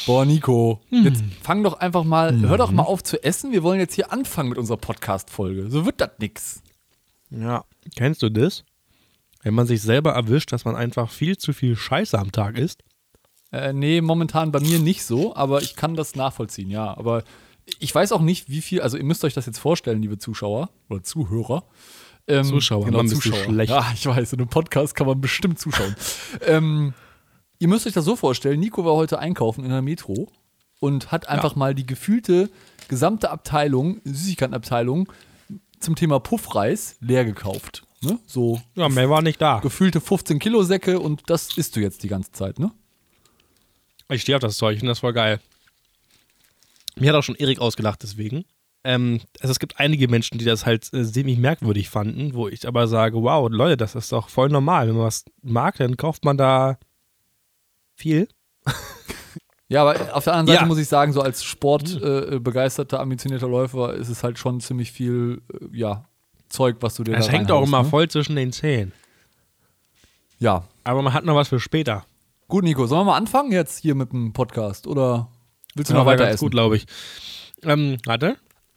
Boah, Nico, jetzt fang doch einfach mal, hör doch mal auf zu essen. Wir wollen jetzt hier anfangen mit unserer Podcast-Folge. So wird das nix. Ja, kennst du das? Wenn man sich selber erwischt, dass man einfach viel zu viel Scheiße am Tag isst? Nee, momentan bei mir nicht so, aber ich kann das nachvollziehen, ja. Aber ich weiß auch nicht, wie viel, also ihr müsst euch das jetzt vorstellen, liebe Zuschauer oder Zuhörer. Zuschauer, genau, man ist Zuschauer. schlecht. Ja, ich weiß, in einem Podcast kann man bestimmt zuschauen. Ihr müsst euch das so vorstellen, Nico war heute einkaufen in der Metro und hat einfach mal die gefühlte gesamte Abteilung, Süßigkeitenabteilung zum Thema Puffreis leer gekauft. Ne? So Ja, mehr war nicht da. gefühlte 15 Kilo Säcke und das isst du jetzt die ganze Zeit, ne? Ich stehe auf das Zeug, ich finde das voll geil. Mir hat auch schon Erik ausgelacht deswegen. Also es gibt einige Menschen, die das halt ziemlich merkwürdig fanden, wo ich aber sage, wow, Leute, das ist doch voll normal. Wenn man was mag, dann kauft man da viel. Ja, aber auf der anderen Seite Ja. muss ich sagen, so als sportbegeisterter, ambitionierter Läufer ist es halt schon ziemlich viel, Zeug, was du dir Das da hängt auch reinhaust, immer ne? voll zwischen den Zähnen. Ja. Aber man hat noch was für später. Gut, Nico, sollen wir mal anfangen jetzt hier mit dem Podcast oder willst du noch war weiter ganz essen? gut, glaube ich. Warte.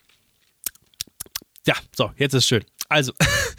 Ja, so, jetzt ist schön. Also,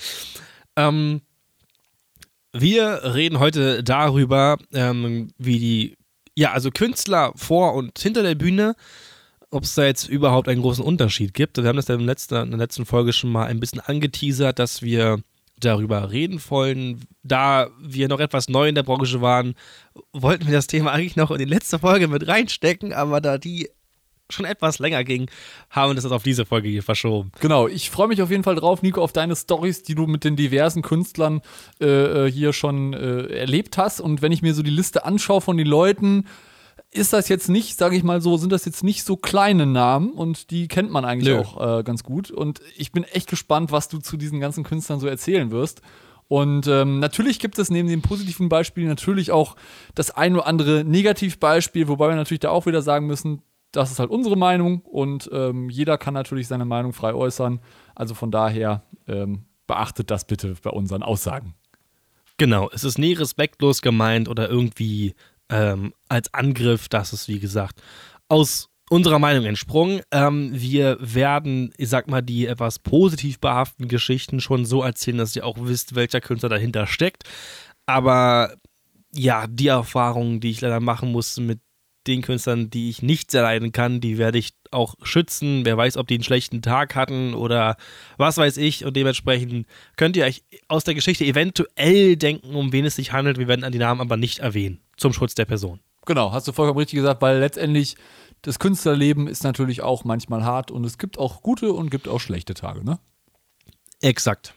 wir reden heute darüber, wie also Künstler vor und hinter der Bühne, ob es da jetzt überhaupt einen großen Unterschied gibt. Wir haben das ja in der letzten Folge schon mal ein bisschen angeteasert, dass wir darüber reden wollen. Da wir noch etwas neu in der Branche waren, wollten wir das Thema eigentlich noch in die letzte Folge mit reinstecken, aber da die schon etwas länger ging, haben wir das auf diese Folge hier verschoben. Genau, ich freue mich auf jeden Fall drauf, Nico, auf deine Storys, die du mit den diversen Künstlern hier schon erlebt hast. Und wenn ich mir so die Liste anschaue von den Leuten, ist das jetzt nicht, sage ich mal so, sind das jetzt nicht so kleine Namen und die kennt man eigentlich auch ganz gut. Und ich bin echt gespannt, was du zu diesen ganzen Künstlern so erzählen wirst. Und natürlich gibt es neben dem positiven Beispiel natürlich auch das ein oder andere Negativbeispiel, wobei wir natürlich da auch wieder sagen müssen, das ist halt unsere Meinung und jeder kann natürlich seine Meinung frei äußern. Also von daher beachtet das bitte bei unseren Aussagen. Genau, es ist nie respektlos gemeint oder irgendwie als Angriff. Das ist, wie gesagt, aus unserer Meinung entsprungen. Wir werden, ich sag mal, die etwas positiv behafteten Geschichten schon so erzählen, dass ihr auch wisst, welcher Künstler dahinter steckt. Aber ja, die Erfahrungen, die ich leider machen musste mit den Künstlern, die ich nicht sehr leiden kann, die werde ich auch schützen. Wer weiß, ob die einen schlechten Tag hatten oder was weiß ich. Und dementsprechend könnt ihr euch aus der Geschichte eventuell denken, um wen es sich handelt. Wir werden die Namen aber nicht erwähnen, zum Schutz der Person. Genau, hast du vollkommen richtig gesagt, weil letztendlich das Künstlerleben ist natürlich auch manchmal hart und es gibt auch gute und gibt auch schlechte Tage, ne? Exakt.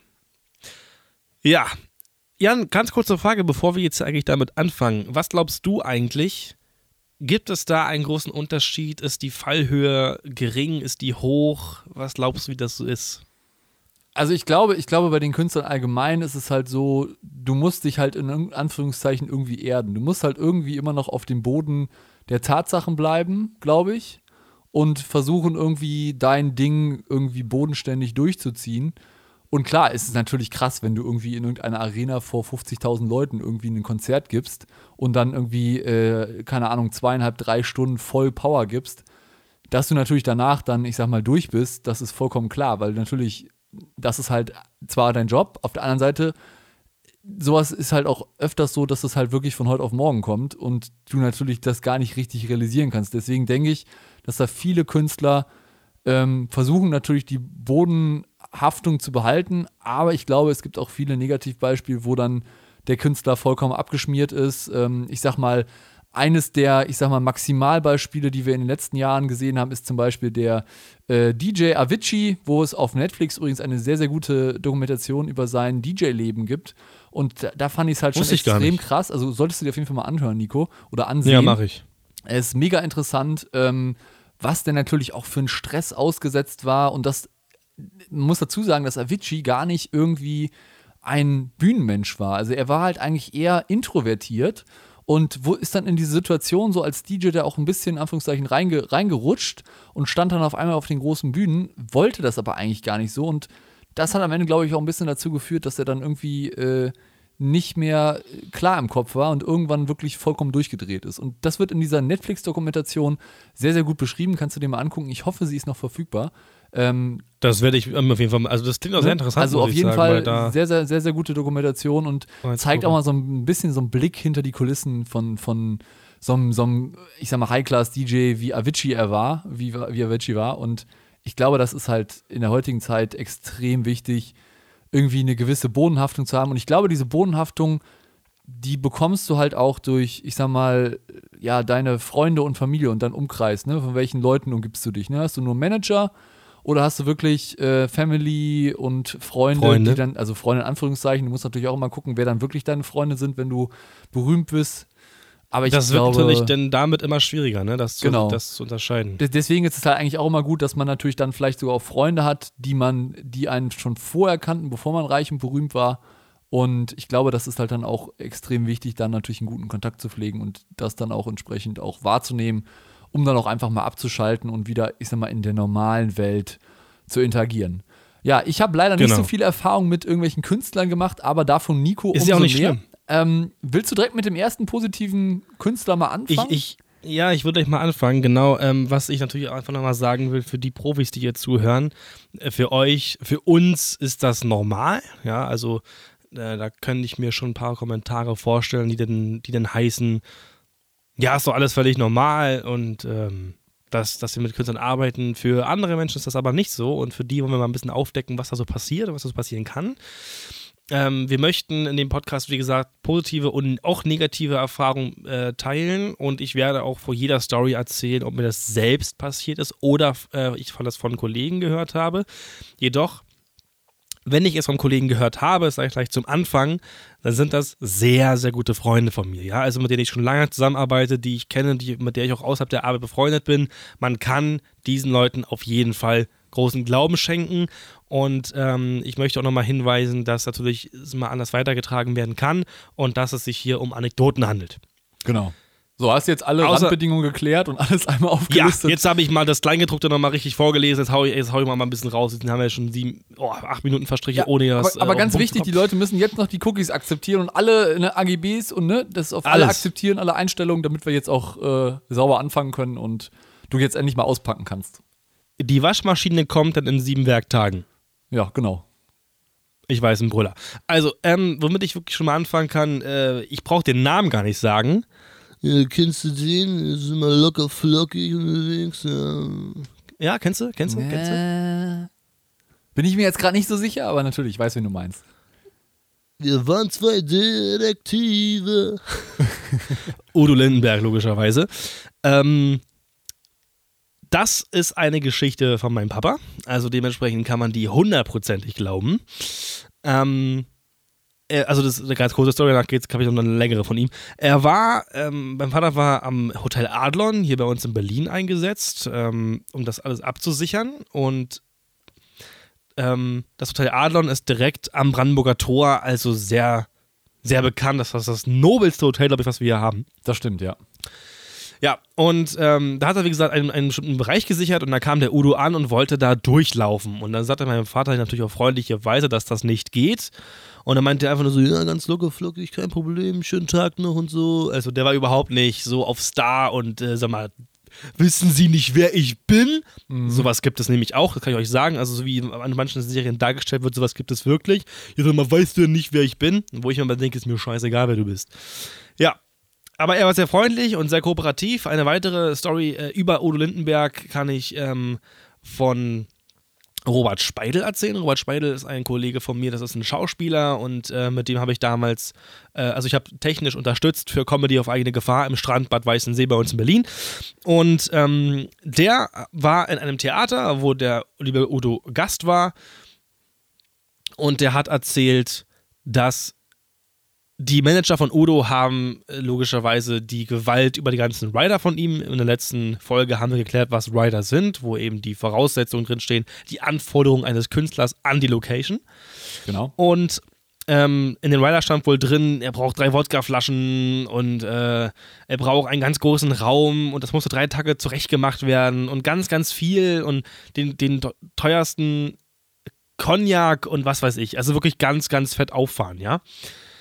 Ja, Jan, ganz kurze Frage, bevor wir jetzt eigentlich damit anfangen. Was glaubst du eigentlich? Gibt es da einen großen Unterschied? Ist die Fallhöhe gering? Ist die hoch? Was glaubst du, wie das so ist? Also ich glaube, bei den Künstlern allgemein ist es halt so, du musst dich halt in Anführungszeichen irgendwie erden. Du musst halt irgendwie immer noch auf dem Boden der Tatsachen bleiben, glaube ich, und versuchen irgendwie dein Ding irgendwie bodenständig durchzuziehen. Und klar, es ist natürlich krass, wenn du irgendwie in irgendeiner Arena vor 50.000 Leuten irgendwie ein Konzert gibst und dann irgendwie, keine Ahnung, 2,5, 3 Stunden voll Power gibst, dass du natürlich danach dann, ich sag mal, durch bist, das ist vollkommen klar, weil natürlich, das ist halt zwar dein Job, auf der anderen Seite, sowas ist halt auch öfters so, dass es halt wirklich von heute auf morgen kommt und du natürlich das gar nicht richtig realisieren kannst. Deswegen denke ich, dass da viele Künstler versuchen natürlich die Bodenhaftung zu behalten, aber ich glaube, es gibt auch viele Negativbeispiele, wo dann der Künstler vollkommen abgeschmiert ist. Ich sag mal, eines der, Maximalbeispiele, die wir in den letzten Jahren gesehen haben, ist zum Beispiel der DJ Avicii, wo es auf Netflix übrigens eine sehr, sehr gute Dokumentation über sein DJ-Leben gibt. Und da fand ich es halt schon extrem krass. Also solltest du dir auf jeden Fall mal anhören, Nico, oder ansehen. Ja, mache ich. Es ist mega interessant, was denn natürlich auch für einen Stress ausgesetzt war. Und das, man muss dazu sagen, dass Avicii gar nicht irgendwie ein Bühnenmensch war. Also er war halt eigentlich eher introvertiert und ist dann in diese Situation so als DJ da auch ein bisschen in Anführungszeichen reingerutscht und stand dann auf einmal auf den großen Bühnen, wollte das aber eigentlich gar nicht so. Und das hat am Ende, glaube ich, auch ein bisschen dazu geführt, dass er dann irgendwie nicht mehr klar im Kopf war und irgendwann wirklich vollkommen durchgedreht ist. Und das wird in dieser Netflix-Dokumentation sehr, sehr gut beschrieben. Kannst du dir mal angucken. Ich hoffe, sie ist noch verfügbar. Das werde ich auf jeden Fall, also das klingt auch sehr interessant. Also auf jeden Fall sehr, sehr, sehr, sehr gute Dokumentation und zeigt auch mal so ein bisschen so einen Blick hinter die Kulissen von so einem, ich sag mal, High-Class-DJ, wie Avicii war. Und ich glaube, das ist halt in der heutigen Zeit extrem wichtig, irgendwie eine gewisse Bodenhaftung zu haben. Und ich glaube, diese Bodenhaftung, die bekommst du halt auch durch, ich sag mal, ja, deine Freunde und Familie und dein Umkreis, ne? Von welchen Leuten umgibst du dich, ne? Hast du nur Manager oder hast du wirklich Family und Freunde, die dann, also Freunde in Anführungszeichen, du musst natürlich auch immer gucken, wer dann wirklich deine Freunde sind, wenn du berühmt bist. Aber das wird natürlich dann damit immer schwieriger, ne? Das zu unterscheiden. Deswegen ist es halt eigentlich auch immer gut, dass man natürlich dann vielleicht sogar auch Freunde hat, die einen schon vorher kannten, bevor man reich und berühmt war. Und ich glaube, das ist halt dann auch extrem wichtig, dann natürlich einen guten Kontakt zu pflegen und das dann auch entsprechend auch wahrzunehmen, um dann auch einfach mal abzuschalten und wieder, ich sag mal, in der normalen Welt zu interagieren. Ja, ich habe leider nicht so viele Erfahrungen mit irgendwelchen Künstlern gemacht, aber davon Nico ist ja auch nicht schlimm. Willst du direkt mit dem ersten positiven Künstler mal anfangen? Ich würde gleich mal anfangen. Genau, was ich natürlich einfach nochmal sagen will für die Profis, die hier zuhören. Für uns ist das normal. Ja, also da könnte ich mir schon ein paar Kommentare vorstellen, die dann heißen, ja, ist doch alles völlig normal und dass wir mit Künstlern arbeiten. Für andere Menschen ist das aber nicht so und für die wollen wir mal ein bisschen aufdecken, was da so passiert und was da so passieren kann. Wir möchten in dem Podcast, wie gesagt, positive und auch negative Erfahrungen teilen und ich werde auch vor jeder Story erzählen, ob mir das selbst passiert ist oder ich das von Kollegen gehört habe. Jedoch, wenn ich es vom Kollegen gehört habe, das sage ich gleich zum Anfang, dann sind das sehr, sehr gute Freunde von mir. Ja? Also mit denen ich schon lange zusammenarbeite, die ich kenne, mit der ich auch außerhalb der Arbeit befreundet bin. Man kann diesen Leuten auf jeden Fall großen Glauben schenken und ich möchte auch nochmal hinweisen, dass natürlich es mal anders weitergetragen werden kann und dass es sich hier um Anekdoten handelt. Genau. So, hast du jetzt alle Randbedingungen geklärt und alles einmal aufgelistet? Ja, jetzt habe ich mal das Kleingedruckte nochmal richtig vorgelesen, jetzt hau ich mal ein bisschen raus, jetzt haben wir ja schon 8 Minuten verstrichen, ja, ohne das. Aber ganz wichtig, die Leute müssen jetzt noch die Cookies akzeptieren und alle AGBs und das auf alle akzeptieren, alle Einstellungen, damit wir jetzt auch sauber anfangen können und du jetzt endlich mal auspacken kannst. Die Waschmaschine kommt dann in 7 Werktagen. Ja, genau. Ich weiß, ein Brüller. Also, womit ich wirklich schon mal anfangen kann, ich brauche den Namen gar nicht sagen. Ja, kennst du den? Ist immer locker flockig unterwegs. Ja, kennst du? Bin ich mir jetzt gerade nicht so sicher, aber natürlich, ich weiß, wen du meinst. Wir waren 2 Detektive. Udo Lindenberg, logischerweise. Das ist eine Geschichte von meinem Papa. Also dementsprechend kann man die 100%ig glauben. Also das ist eine ganz kurze Story, danach habe ich noch eine längere von ihm. Mein Vater war am Hotel Adlon hier bei uns in Berlin eingesetzt, um das alles abzusichern und das Hotel Adlon ist direkt am Brandenburger Tor, also sehr, sehr bekannt. Das ist das nobelste Hotel, glaube ich, was wir hier haben. Das stimmt, ja. Ja, und da hat er, wie gesagt, einen bestimmten Bereich gesichert und da kam der Udo an und wollte da durchlaufen. Und dann sagte mein Vater natürlich auf freundliche Weise, dass das nicht geht. Und dann meinte er einfach nur so, ja, ganz locker, flockig, kein Problem, schönen Tag noch und so. Also der war überhaupt nicht so auf Star und sag mal, wissen Sie nicht, wer ich bin? Mhm. Sowas gibt es nämlich auch, das kann ich euch sagen. Also so wie an manchen Serien dargestellt wird, sowas gibt es wirklich. Ja, sag mal, weißt du denn nicht, wer ich bin? Wo ich mir mal denke, ist mir scheißegal, wer du bist. Ja. Aber er war sehr freundlich und sehr kooperativ. Eine weitere Story über Udo Lindenberg kann ich von Robert Speidel erzählen. Robert Speidel ist ein Kollege von mir, das ist ein Schauspieler und mit dem habe ich damals, also ich habe technisch unterstützt für Comedy auf eigene Gefahr im Strandbad Weißensee bei uns in Berlin und der war in einem Theater, wo der liebe Udo Gast war und der hat erzählt, dass die Manager von Udo haben logischerweise die Gewalt über die ganzen Rider von ihm. In der letzten Folge haben wir geklärt, was Rider sind, wo eben die Voraussetzungen drinstehen, die Anforderungen eines Künstlers an die Location. Genau. Und in den Rider stand wohl drin, er braucht 3 Wodkaflaschen und er braucht einen ganz großen Raum und das musste 3 Tage zurechtgemacht werden und ganz, ganz viel und den teuersten Cognac und was weiß ich. Also wirklich ganz, ganz fett auffahren, ja.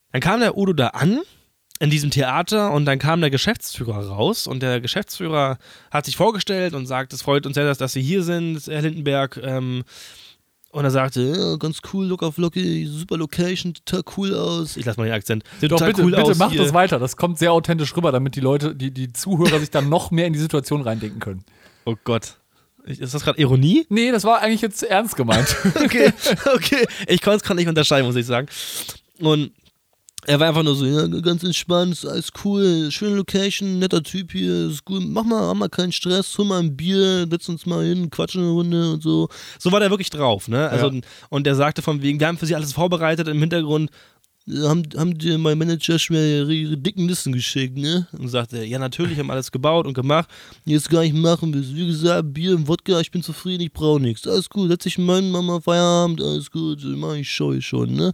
Dann kam der Udo da an in diesem Theater und dann kam der Geschäftsführer raus und der Geschäftsführer hat sich vorgestellt und sagt, es freut uns sehr, dass Sie hier sind, Herr Lindenberg. Und er sagte, ja, ganz cool, locker flockig, super Location, total cool aus. Ich lasse mal den Akzent. Sieht Doch, total bitte, cool bitte aus macht hier. das weiter. Das kommt sehr authentisch rüber, damit die Leute, die Zuhörer sich dann noch mehr in die Situation reindenken können. Oh Gott. Ist das gerade Ironie? Nee, das war eigentlich jetzt ernst gemeint. Okay. Ich konnte es gerade nicht unterscheiden, muss ich sagen. Und er war einfach nur so, ja, ganz entspannt, ist alles cool, schöne Location, netter Typ hier, ist gut, mach mal keinen Stress, hol mal ein Bier, setz uns mal hin, quatschen eine Runde und so. So war der wirklich drauf, ne? Also, ja. Und der sagte von wegen, wir haben für sie alles vorbereitet, im Hintergrund haben dir mein Manager schon ihre dicken Listen geschickt, ne? Und sagte, ja natürlich, haben alles gebaut und gemacht, jetzt gar nicht machen willst. Wie gesagt, Bier und Wodka, ich bin zufrieden, ich brauche nichts. Alles gut, setz dich mit meinem Mama Feierabend, alles gut, mach ich schon, ne?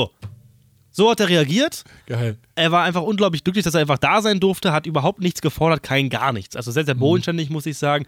So hat er reagiert. Geil. Er war einfach unglaublich glücklich, dass er einfach da sein durfte, hat überhaupt nichts gefordert, gar nichts. Also sehr, sehr bodenständig, muss ich sagen.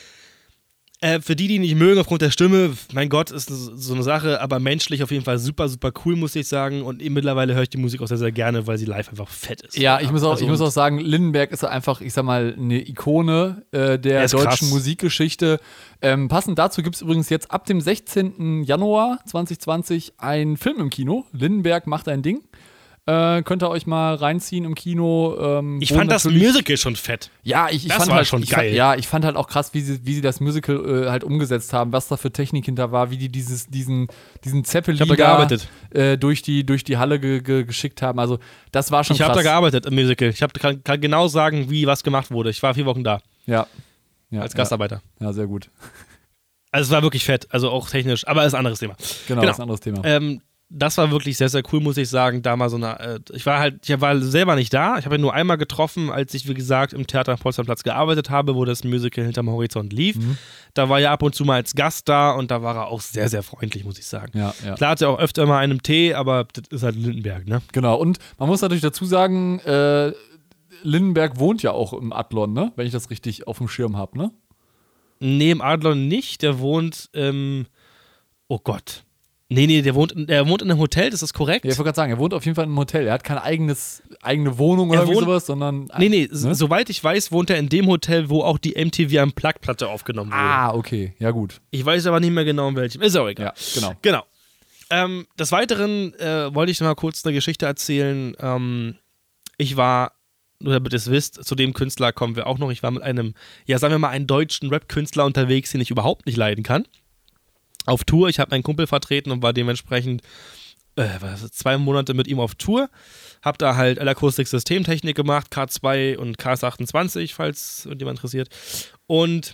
Für die nicht mögen aufgrund der Stimme, mein Gott, ist so eine Sache, aber menschlich auf jeden Fall super, super cool, muss ich sagen. Und mittlerweile höre ich die Musik auch sehr, sehr gerne, weil sie live einfach fett ist. Ja, ich muss auch sagen, Lindenberg ist einfach, ich sag mal, eine Ikone der deutschen krass. Musikgeschichte. Passend dazu gibt es übrigens jetzt ab dem 16. Januar 2020 einen Film im Kino. Lindenberg macht ein Ding. Könnt ihr euch mal reinziehen im Kino. Ich fand das Musical schon fett. Ja, ich das fand war halt schon geil. Ich fand halt auch krass, wie sie das Musical halt umgesetzt haben, was da für Technik hinter war, wie die diesen Zeppelin durch die Halle geschickt haben. Also das war schon krass. Ich habe da gearbeitet im Musical. Ich kann genau sagen, wie was gemacht wurde. Ich war 4 Wochen da. Ja. Als Gastarbeiter. Ja, sehr gut. Also es war wirklich fett, also auch technisch, aber ist ein anderes Thema. Genau, das ist ein anderes Thema. Das war wirklich sehr, sehr cool, muss ich sagen. Da mal so eine, ich war selber nicht da. Ich habe ihn nur einmal getroffen, als ich, wie gesagt, im Theater am Potsdamer gearbeitet habe, wo das Musical hinterm Horizont lief. Da war er ab und zu mal als Gast da und da war er auch sehr, sehr freundlich, muss ich sagen. Ja. Klar hat er auch öfter mal einen Tee, aber das ist halt Lindenberg, ne? Genau, und man muss natürlich dazu sagen, Lindenberg wohnt ja auch im Adlon, ne? Wenn ich das richtig auf dem Schirm habe, ne? Nee, im Adlon nicht. Der wohnt, oh Gott. Nee, der wohnt in einem Hotel, das ist korrekt? Ja, ich wollte gerade sagen, er wohnt auf jeden Fall in einem Hotel. Er hat keine eigene Wohnung oder sowas, sondern... Nee, ne? Soweit ich weiß, wohnt er in dem Hotel, wo auch die MTV Unplugged-Platte aufgenommen wurde. Ah, okay, ja gut. Ich weiß aber nicht mehr genau in welchem. Ist auch egal. Ja, genau. Des Weiteren wollte ich noch mal kurz eine Geschichte erzählen. Ich war, nur damit ihr es wisst, zu dem Künstler kommen wir auch noch. Ich war mit einem, sagen wir mal, einen deutschen Rap-Künstler unterwegs, den ich überhaupt nicht leiden kann. Auf Tour, ich habe meinen Kumpel vertreten und war dementsprechend 2 Monate mit ihm auf Tour. Hab da halt Akustik-Systemtechnik gemacht, K2 und KS28, falls jemand interessiert. Und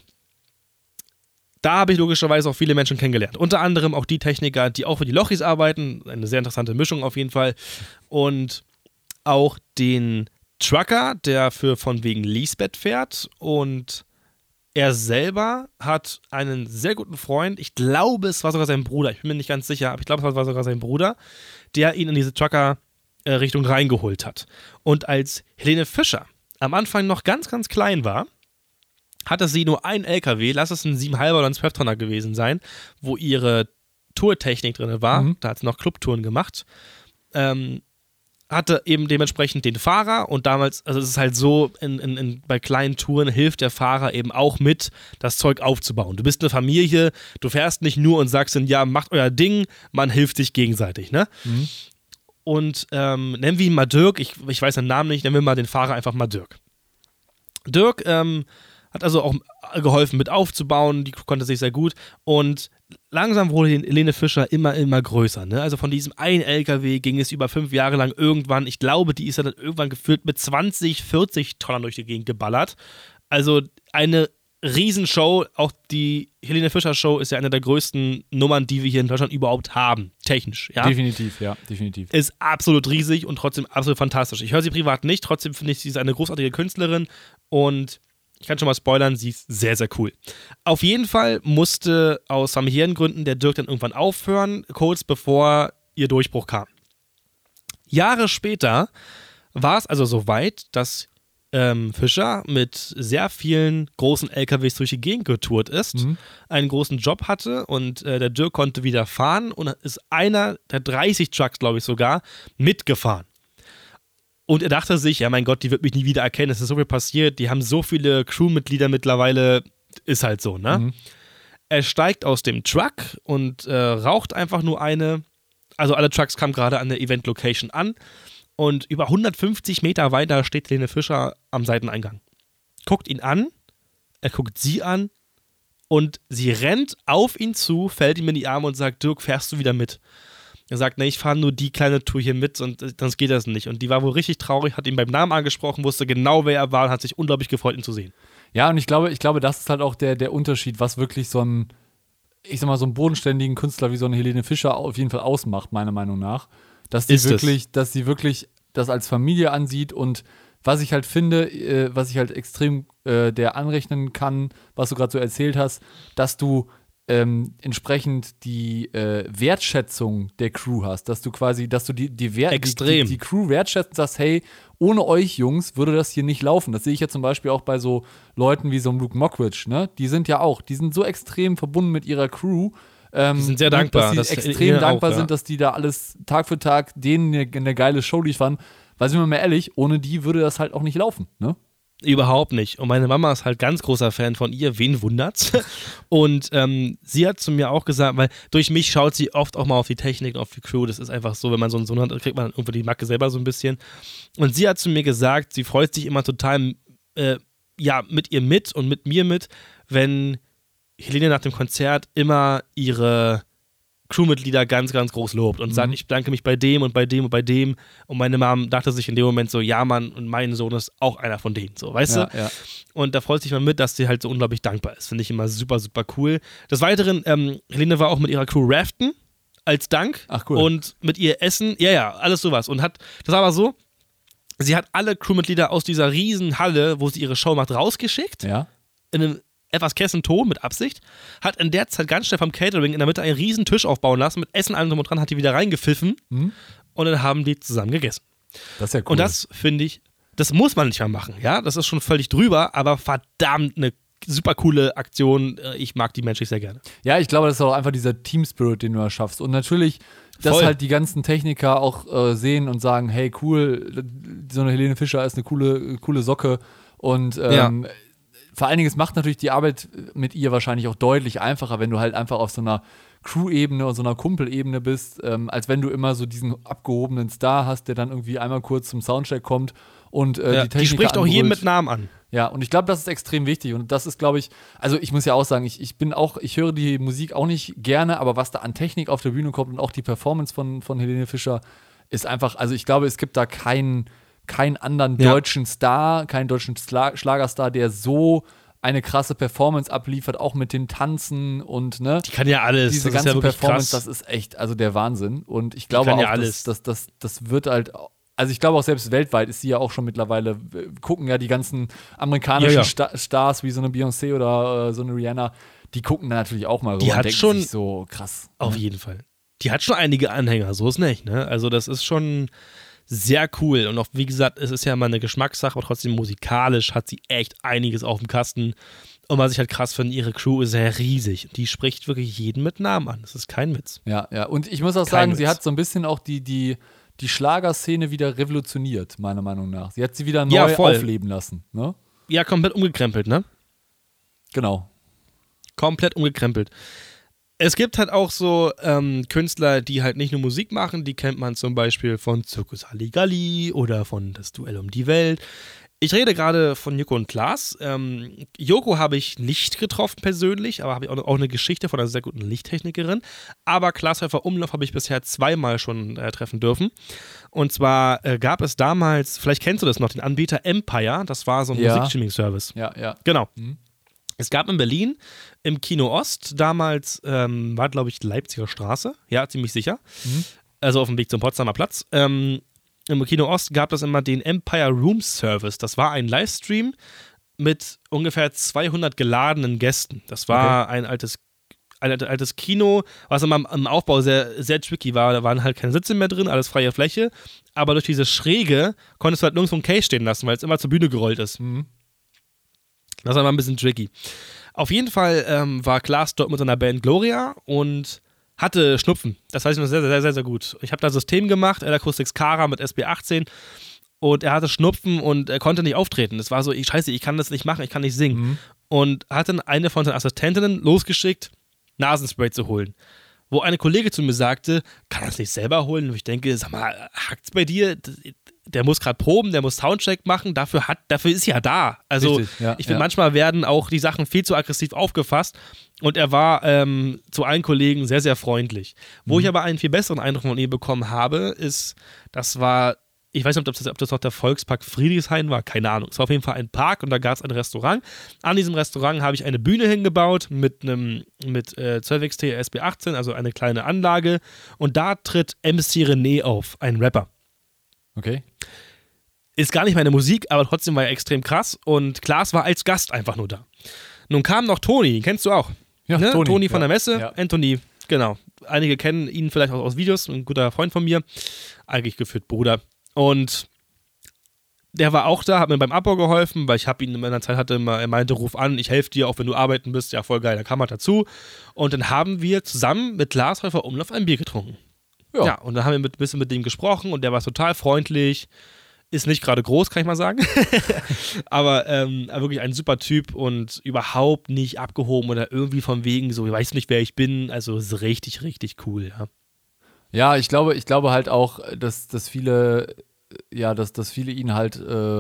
da habe ich logischerweise auch viele Menschen kennengelernt. Unter anderem auch die Techniker, die auch für die Lochis arbeiten. Eine sehr interessante Mischung auf jeden Fall. Und auch den Trucker, der für von wegen Lisbeth fährt. Und er selber hat einen sehr guten Freund, ich glaube, es war sogar sein Bruder, ich bin mir nicht ganz sicher, aber ich glaube, es war sogar sein Bruder, der ihn in diese Trucker-Richtung reingeholt hat. Und als Helene Fischer am Anfang noch ganz, ganz klein war, hatte sie nur einen LKW, lass es ein 7,5er oder ein 12-Tonner gewesen sein, wo ihre Tourtechnik drin war, da hat sie noch Clubtouren gemacht, hatte eben dementsprechend den Fahrer und damals, also es ist halt so, bei kleinen Touren hilft der Fahrer eben auch mit, das Zeug aufzubauen. Du bist eine Familie, du fährst nicht nur und sagst dann, ja, macht euer Ding, man hilft sich gegenseitig, ne? Und nennen wir ihn mal Dirk, ich weiß den Namen nicht, nennen wir mal den Fahrer einfach mal Dirk. Dirk hat also auch geholfen mit aufzubauen, die konnte sich sehr gut und langsam wurde Helene Fischer immer größer. Ne? Also von diesem einen LKW ging es über 5 Jahre lang irgendwann, ich glaube, die ist dann irgendwann gefühlt mit 20, 40 Tonnen durch die Gegend geballert. Also eine Riesenshow, auch die Helene Fischer Show ist ja eine der größten Nummern, die wir hier in Deutschland überhaupt haben, technisch. Ja? Definitiv. Ist absolut riesig und trotzdem absolut fantastisch. Ich höre sie privat nicht, trotzdem finde ich, sie ist eine großartige Künstlerin und ich kann schon mal spoilern, sie ist sehr, sehr cool. Auf jeden Fall musste aus familiären Gründen der Dirk dann irgendwann aufhören, kurz bevor ihr Durchbruch kam. Jahre später war es also so weit, dass Fischer mit sehr vielen großen LKWs durch die Gegend getourt ist, einen großen Job hatte und der Dirk konnte wieder fahren und ist einer der 30 Trucks, glaube ich sogar, mitgefahren. Und er dachte sich, ja mein Gott, die wird mich nie wieder erkennen, es ist so viel passiert, die haben so viele Crewmitglieder mittlerweile, ist halt so, ne? Mhm. Er steigt aus dem Truck und raucht einfach nur eine. Also alle Trucks kamen gerade an der Event-Location an und über 150 Meter weiter steht Helene Fischer am Seiteneingang. Guckt ihn an, er guckt sie an und sie rennt auf ihn zu, fällt ihm in die Arme und sagt, Dirk, fährst du wieder mit? Er sagt, nee, ich fahre nur die kleine Tour hier mit und sonst geht das nicht. Und die war wohl richtig traurig, hat ihn beim Namen angesprochen, wusste genau, wer er war und hat sich unglaublich gefreut, ihn zu sehen. Ja, und ich glaube, das ist halt auch der Unterschied, was wirklich so ein, ich sag mal, so einen bodenständigen Künstler wie so eine Helene Fischer auf jeden Fall ausmacht, meiner Meinung nach. Dass sie wirklich das als Familie ansieht und was ich halt finde, was ich halt extrem der anrechnen kann, was du gerade so erzählt hast, dass du entsprechend die Wertschätzung der Crew hast, dass du die Crew wertschätzt und sagst, hey, ohne euch Jungs würde das hier nicht laufen. Das sehe ich ja zum Beispiel auch bei so Leuten wie so Luke Mockridge, ne? Die sind so extrem verbunden mit ihrer Crew. Die sind sehr dankbar. Dass sie extrem dankbar sind, dass die da alles Tag für Tag denen eine geile Show liefern. Weil, sind wir mal ehrlich, ohne die würde das halt auch nicht laufen, ne? Überhaupt nicht. Und meine Mama ist halt ganz großer Fan von ihr. Wen wundert's? Und sie hat zu mir auch gesagt, weil durch mich schaut sie oft auch mal auf die Technik und auf die Crew. Das ist einfach so, wenn man so einen Sohn hat, kriegt man irgendwie die Macke selber so ein bisschen. Und sie hat zu mir gesagt, sie freut sich immer total mit ihr mit und mit mir mit, wenn Helene nach dem Konzert immer ihre Crewmitglieder ganz, ganz groß lobt und sagt, ich bedanke mich bei dem und bei dem und bei dem. Und meine Mom dachte sich in dem Moment so, ja Mann, und mein Sohn ist auch einer von denen, so, weißt du? Ja. Und da freut sich man mit, dass sie halt so unglaublich dankbar ist. Finde ich immer super, super cool. Des Weiteren, Helene war auch mit ihrer Crew raften als Dank. Ach cool. Und mit ihr essen, ja, alles sowas. Und das war aber so, sie hat alle Crewmitglieder aus dieser riesen Halle, wo sie ihre Show macht, rausgeschickt. Ja. In einem etwas Kessenton mit Absicht, hat in der Zeit ganz schnell vom Catering in der Mitte einen riesen Tisch aufbauen lassen, mit Essen allem drum und dran, hat die wieder reingepfiffen und dann haben die zusammen gegessen. Das ist ja cool. Und das finde ich, das muss man nicht mal machen, ja, das ist schon völlig drüber, aber verdammt eine super coole Aktion, ich mag die menschlich sehr gerne. Ja, ich glaube, das ist auch einfach dieser Team-Spirit, den du da schaffst und natürlich, dass halt die ganzen Techniker auch sehen und sagen, hey, cool, so eine Helene Fischer ist eine coole Socke und vor allen Dingen, es macht natürlich die Arbeit mit ihr wahrscheinlich auch deutlich einfacher, wenn du halt einfach auf so einer Crew-Ebene und so einer Kumpel-Ebene bist, als wenn du immer so diesen abgehobenen Star hast, der dann irgendwie einmal kurz zum Soundcheck kommt und die Techniker die spricht auch jeden anbrüllt. mit Namen an. Ja, und ich glaube, das ist extrem wichtig und das ist, glaube ich, also ich muss ja auch sagen, ich höre die Musik auch nicht gerne, aber was da an Technik auf der Bühne kommt und auch die Performance von Helene Fischer ist einfach, also ich glaube, es gibt da keinen anderen deutschen Star, keinen deutschen Schlagerstar, der so eine krasse Performance abliefert, auch mit den Tanzen und ne. Die kann ja alles. Diese das ganze ist ja Performance, krass. das ist echt, also der Wahnsinn. Und ich glaube auch, das wird halt, also ich glaube auch selbst weltweit ist sie ja auch schon mittlerweile, gucken ja die ganzen amerikanischen Stars wie so eine Beyoncé oder so eine Rihanna, die gucken da natürlich auch mal rüber und denken schon sich so krass. Auf jeden Fall. Die hat schon einige Anhänger, so ist nicht, ne? Also das ist schon sehr cool und auch, wie gesagt, es ist ja mal eine Geschmackssache, aber trotzdem musikalisch hat sie echt einiges auf dem Kasten. Und was ich halt krass finde, ihre Crew ist sehr riesig. Die spricht wirklich jeden mit Namen an. Das ist kein Witz. Ja. Und ich muss auch sagen, sie hat so ein bisschen auch die Schlagerszene wieder revolutioniert, meiner Meinung nach. Sie hat sie wieder neu aufleben lassen, ne? Ja, komplett umgekrempelt, ne? Genau. Komplett umgekrempelt. Es gibt halt auch so Künstler, die halt nicht nur Musik machen, die kennt man zum Beispiel von Circus Halligalli oder von Das Duell um die Welt. Ich rede gerade von Joko und Klaas. Joko habe ich nicht getroffen persönlich, aber habe ich auch eine Geschichte von einer sehr guten Lichttechnikerin. Aber Klaas Häufer Umlauf habe ich bisher zweimal schon treffen dürfen. Und zwar gab es damals, vielleicht kennst du das noch, den Anbieter Empire. Das war so ein Musikstreaming-Service. Ja. Genau. Es gab in Berlin im Kino Ost, damals war, glaube ich, Leipziger Straße, ja, ziemlich sicher, also auf dem Weg zum Potsdamer Platz. Im Kino Ost gab es immer den Empire Room Service. Das war ein Livestream mit ungefähr 200 geladenen Gästen. Das war ein altes Kino, was immer im Aufbau sehr, sehr tricky war. Da waren halt keine Sitze mehr drin, alles freie Fläche. Aber durch diese Schräge konntest du halt nirgendwo einen Case stehen lassen, weil es immer zur Bühne gerollt ist. Das war mal ein bisschen tricky. Auf jeden Fall war Klaas dort mit seiner Band Gloria und hatte Schnupfen. Das weiß ich noch sehr, sehr, sehr, sehr gut. Ich habe da System gemacht, L-Acoustics Cara mit SB18 und er hatte Schnupfen und er konnte nicht auftreten. Es war so, scheiße, ich kann das nicht machen, ich kann nicht singen. Mhm. Und hat dann eine von seinen Assistentinnen losgeschickt, Nasenspray zu holen. Wo eine Kollegin zu mir sagte, kann er das nicht selber holen? Und ich denke, sag mal, hackt's bei dir? Der muss gerade proben, der muss Soundcheck machen, dafür ist ja da. Also Richtig, ja, ich finde, manchmal werden auch die Sachen viel zu aggressiv aufgefasst und er war zu allen Kollegen sehr, sehr freundlich. Wo ich aber einen viel besseren Eindruck von ihm bekommen habe, ist, das war, ich weiß nicht, ob das noch der Volkspark Friedrichshain war, keine Ahnung. Es war auf jeden Fall ein Park und da gab es ein Restaurant. An diesem Restaurant habe ich eine Bühne hingebaut mit 12XT SB18, also eine kleine Anlage und da tritt MC René auf, ein Rapper. Okay. Ist gar nicht meine Musik, aber trotzdem war er extrem krass und Klaas war als Gast einfach nur da. Nun kam noch Toni, den kennst du auch. Ja, ne? Toni von ja, der Messe, ja. Anthony, genau. Einige kennen ihn vielleicht auch aus Videos, ein guter Freund von mir, eigentlich geführt Bruder. Und der war auch da, hat mir beim Abbau geholfen, weil ich habe ihn in meiner Zeit er meinte, ruf an, ich helfe dir, auch wenn du arbeiten bist, ja voll geil, da kam er dazu. Und dann haben wir zusammen mit Lars Häufer Umlauf ein Bier getrunken. Ja, und dann haben wir ein bisschen mit dem gesprochen und der war total freundlich. Ist nicht gerade groß, kann ich mal sagen. aber wirklich ein super Typ und überhaupt nicht abgehoben oder irgendwie von wegen so, ich weiß nicht, wer ich bin. Also ist richtig, richtig cool, ja. Ja, ich glaube halt auch, dass viele ihn halt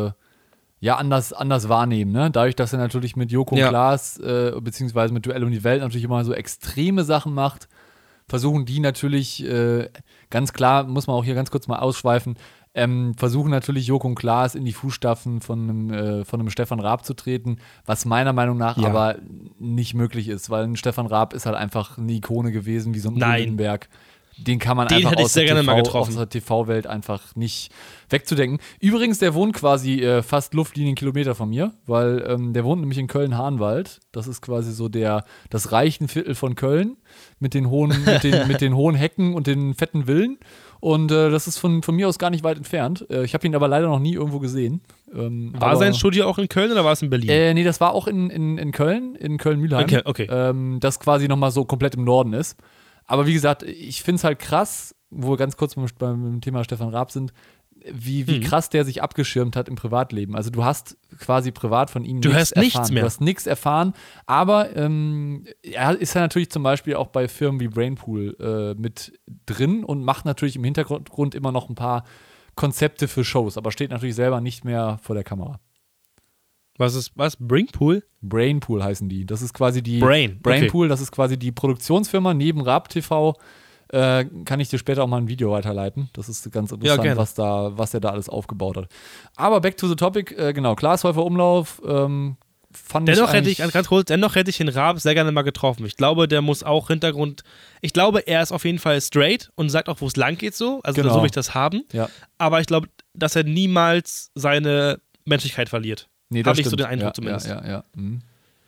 anders wahrnehmen, ne? Dadurch, dass er natürlich mit Joko und Klaas, beziehungsweise mit Duell um die Welt natürlich immer so extreme Sachen macht, versuchen die natürlich, ganz klar, muss man auch hier ganz kurz mal ausschweifen, versuchen natürlich Joko und Klaas in die Fußstapfen von einem Stefan Raab zu treten, was meiner Meinung nach aber nicht möglich ist, weil ein Stefan Raab ist halt einfach eine Ikone gewesen, wie so ein Uwe Lindenberg. Den kann man einfach aus der TV-Welt einfach nicht wegzudenken. Übrigens, der wohnt quasi fast Luftlinienkilometer von mir, weil der wohnt nämlich in Köln-Hahnwald. Das ist quasi so das Reichenviertel von Köln mit den hohen Hecken und den fetten Villen. Und das ist von mir aus gar nicht weit entfernt. Ich habe ihn aber leider noch nie irgendwo gesehen. War sein Studio auch in Köln oder war es in Berlin? Nee, das war auch in Köln, in Köln-Mühlheim. Okay. Das quasi nochmal so komplett im Norden ist. Aber wie gesagt, ich finde es halt krass, wo wir ganz kurz beim Thema Stefan Raab sind, wie krass der sich abgeschirmt hat im Privatleben. Also du hast quasi privat von ihm nichts erfahren. Du hast nichts erfahren, aber er ist ja natürlich zum Beispiel auch bei Firmen wie Brainpool mit drin und macht natürlich im Hintergrund immer noch ein paar Konzepte für Shows, aber steht natürlich selber nicht mehr vor der Kamera. Was? Brainpool? Brainpool heißen die. Das ist quasi die Brainpool, das ist quasi die Produktionsfirma neben Raab TV. Kann ich dir später auch mal ein Video weiterleiten. Das ist ganz interessant, was er da alles aufgebaut hat. Aber back to the topic, genau, Klaas Häufer Umlauf, dennoch hätte ich den Raab sehr gerne mal getroffen. Ich glaube, der muss auch ich glaube, er ist auf jeden Fall straight und sagt auch, wo es lang geht so. Also so will ich das haben. Ja. Aber ich glaube, dass er niemals seine Menschlichkeit verliert. Nee, das habe ich so den Eindruck zumindest. Ja. Mhm.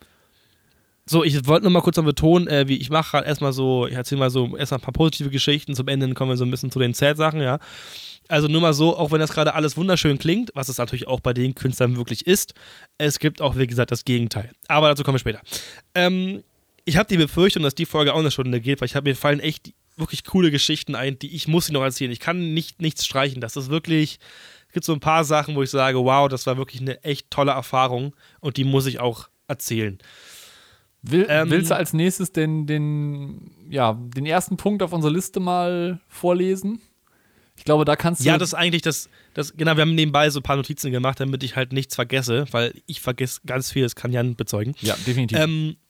So, ich wollte nur mal kurz betonen, wie ich mache gerade erstmal so, ich erzähle mal so erstmal ein paar positive Geschichten, zum Ende kommen wir so ein bisschen zu den Sad-Sachen, ja. Also nur mal so, auch wenn das gerade alles wunderschön klingt, was es natürlich auch bei den Künstlern wirklich ist, es gibt auch, wie gesagt, das Gegenteil. Aber dazu kommen wir später. Ich habe die Befürchtung, dass die Folge auch eine Stunde geht, weil mir fallen echt wirklich coole Geschichten ein, ich muss sie noch erzählen. Ich kann nichts streichen. Das ist wirklich, es gibt so ein paar Sachen, wo ich sage, wow, das war wirklich eine echt tolle Erfahrung und die muss ich auch erzählen. Willst du als nächstes den ersten Punkt auf unserer Liste mal vorlesen? Ich glaube, da kannst du. Ja, das ist eigentlich genau, wir haben nebenbei so ein paar Notizen gemacht, damit ich halt nichts vergesse, weil ich vergesse ganz viel, das kann Jan bezeugen. Ja, definitiv.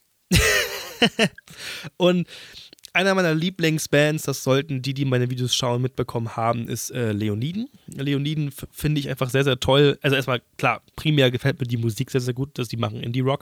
Und einer meiner Lieblingsbands, das sollten die meine Videos schauen, mitbekommen haben, ist Leoniden. Leoniden finde ich einfach sehr, sehr toll. Also erstmal, klar, primär gefällt mir die Musik sehr, sehr gut, dass die machen Indie-Rock.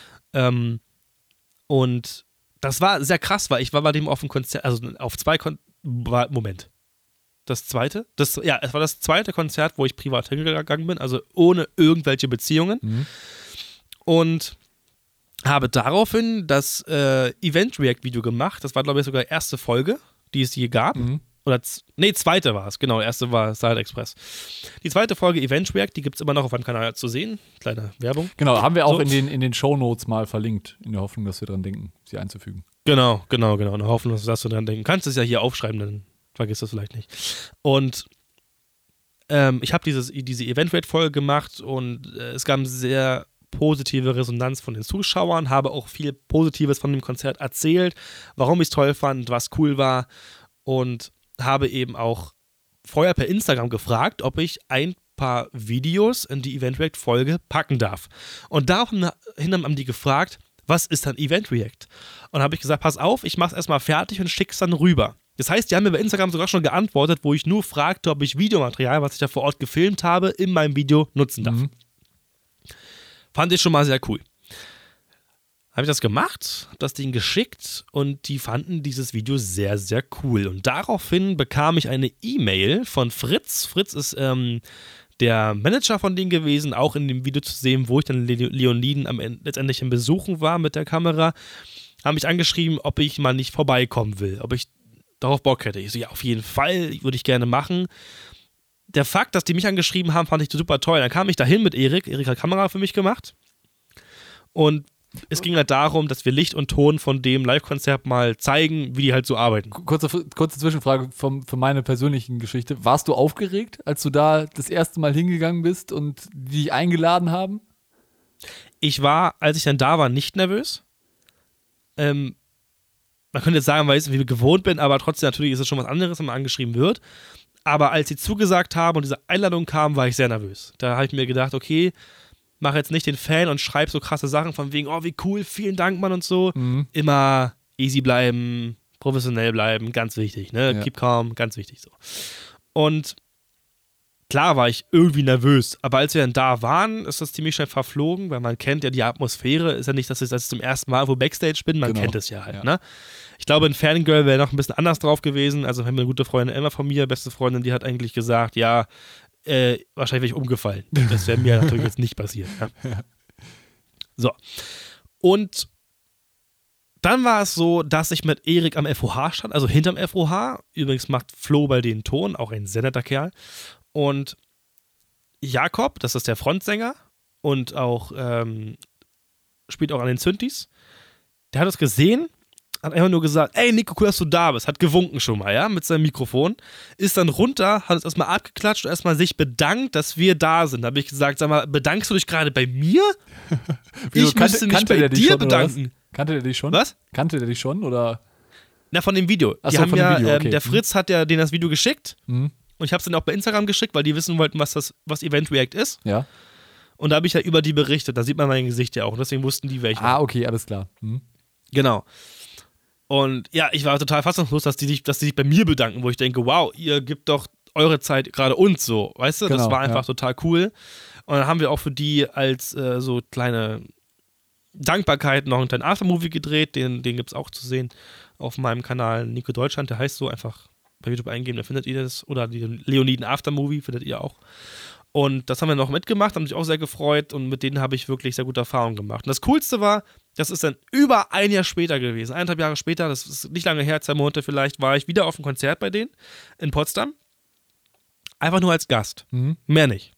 Und das war sehr krass, weil ich war bei dem auf dem Konzert, also auf Moment. Das zweite? Es war das zweite Konzert, wo ich privat hingegangen bin, also ohne irgendwelche Beziehungen. Mhm. Und habe daraufhin das Event-React-Video gemacht. Das war, glaube ich, sogar die erste Folge, die es je gab. Mhm. Zweite war es, genau. Erste war Starlight Express. Die zweite Folge Event React, die gibt es immer noch auf meinem Kanal zu sehen. Kleine Werbung. Genau, haben wir auch in den Shownotes mal verlinkt, in der Hoffnung, dass wir dran denken, sie einzufügen. Genau. In der Hoffnung, dass du dran denken kannst. Du es ja hier aufschreiben, dann vergiss das vielleicht nicht. Und ich habe diese Event-Rate-Folge gemacht und es gab sehr positive Resonanz von den Zuschauern, habe auch viel Positives von dem Konzert erzählt, warum ich es toll fand, was cool war und habe eben auch vorher per Instagram gefragt, ob ich ein paar Videos in die Event React Folge packen darf. Und daraufhin haben die gefragt, was ist dann Event React? Und habe ich gesagt, pass auf, ich mach's erstmal fertig und schick's dann rüber. Das heißt, die haben mir bei Instagram sogar schon geantwortet, wo ich nur fragte, ob ich Videomaterial, was ich da vor Ort gefilmt habe, in meinem Video nutzen darf. Fand ich schon mal sehr cool. Habe ich das gemacht, habe das Ding geschickt und die fanden dieses Video sehr, sehr cool. Und daraufhin bekam ich eine E-Mail von Fritz. Fritz ist der Manager von denen gewesen, auch in dem Video zu sehen, wo ich dann Leoniden letztendlich im Besuchen war mit der Kamera. Haben mich angeschrieben, ob ich mal nicht vorbeikommen will, ob ich darauf Bock hätte. Ich so, ja, auf jeden Fall, würde ich gerne machen. Der Fakt, dass die mich angeschrieben haben, fand ich super toll. Dann kam ich dahin mit Erik. Erik hat Kamera für mich gemacht. Und es ging halt darum, dass wir Licht und Ton von dem Live-Konzert mal zeigen, wie die halt so arbeiten. Kurze Zwischenfrage für meine persönliche Geschichte. Warst du aufgeregt, als du da das erste Mal hingegangen bist und die dich eingeladen haben? Ich war, als ich dann da war, nicht nervös. Man könnte jetzt sagen, weil ich es gewohnt bin, aber trotzdem natürlich ist es schon was anderes, wenn man angeschrieben wird. Aber als sie zugesagt haben und diese Einladung kam, war ich sehr nervös. Da habe ich mir gedacht, okay, mach jetzt nicht den Fan und schreib so krasse Sachen von wegen, oh, wie cool, vielen Dank, Mann und so. Immer easy bleiben, professionell bleiben, ganz wichtig, ne? Ja. Keep calm, ganz wichtig so. Und klar war ich irgendwie nervös, aber als wir dann da waren, ist das ziemlich schnell verflogen, weil man kennt ja die Atmosphäre, ist ja nicht, dass ich zum ersten Mal wo Backstage bin, man kennt es ja halt, ne? Ich glaube, ein Fangirl wäre noch ein bisschen anders drauf gewesen, also haben wir eine gute Freundin Emma von mir, beste Freundin, die hat eigentlich gesagt, ja, wahrscheinlich wäre ich umgefallen. Das wäre mir natürlich jetzt nicht passiert. Ja? So. Und dann war es so, dass ich mit Erik am FOH stand, also hinterm FOH. Übrigens macht Flo bei den Ton, auch ein sehr netter Kerl. Und Jakob, das ist der Frontsänger und auch spielt auch an den Synthes, der hat es gesehen, hat einfach nur gesagt, ey Nico, cool, dass du da bist, hat gewunken schon mal, ja, mit seinem Mikrofon, ist dann runter, hat uns erstmal abgeklatscht und erstmal sich bedankt, dass wir da sind. Da habe ich gesagt, sag mal, bedankst du dich gerade bei mir? Ich müsste mich bei dir bedanken. Kannte der dich schon? Was? Kannte der dich schon, oder? Na, von dem Video. Ach die so, haben von dem Video, okay. Der Fritz hat ja denen das Video geschickt und ich habe es dann auch bei Instagram geschickt, weil die wissen wollten, was Event React ist. Ja. Und da habe ich ja über die berichtet, da sieht man mein Gesicht ja auch und deswegen wussten die, welche. Ah, okay, alles klar. Genau. Und ja, ich war total fassungslos, dass die sich bei mir bedanken, wo ich denke, wow, ihr gebt doch eure Zeit gerade uns so, weißt du? Genau, das war einfach total cool. Und dann haben wir auch für die als so kleine Dankbarkeit noch einen kleinen Aftermovie gedreht, den gibt es auch zu sehen auf meinem Kanal Nico Deutschland, der heißt so, einfach bei YouTube eingeben, da findet ihr das. Oder die Leoniden Aftermovie findet ihr auch. Und das haben wir noch mitgemacht, haben mich auch sehr gefreut und mit denen habe ich wirklich sehr gute Erfahrungen gemacht. Und das Coolste war, das ist dann über ein Jahr später gewesen, 1,5 Jahre später, das ist nicht lange her, 2 Monate vielleicht, war ich wieder auf einem Konzert bei denen in Potsdam. Einfach nur als Gast, mehr nicht.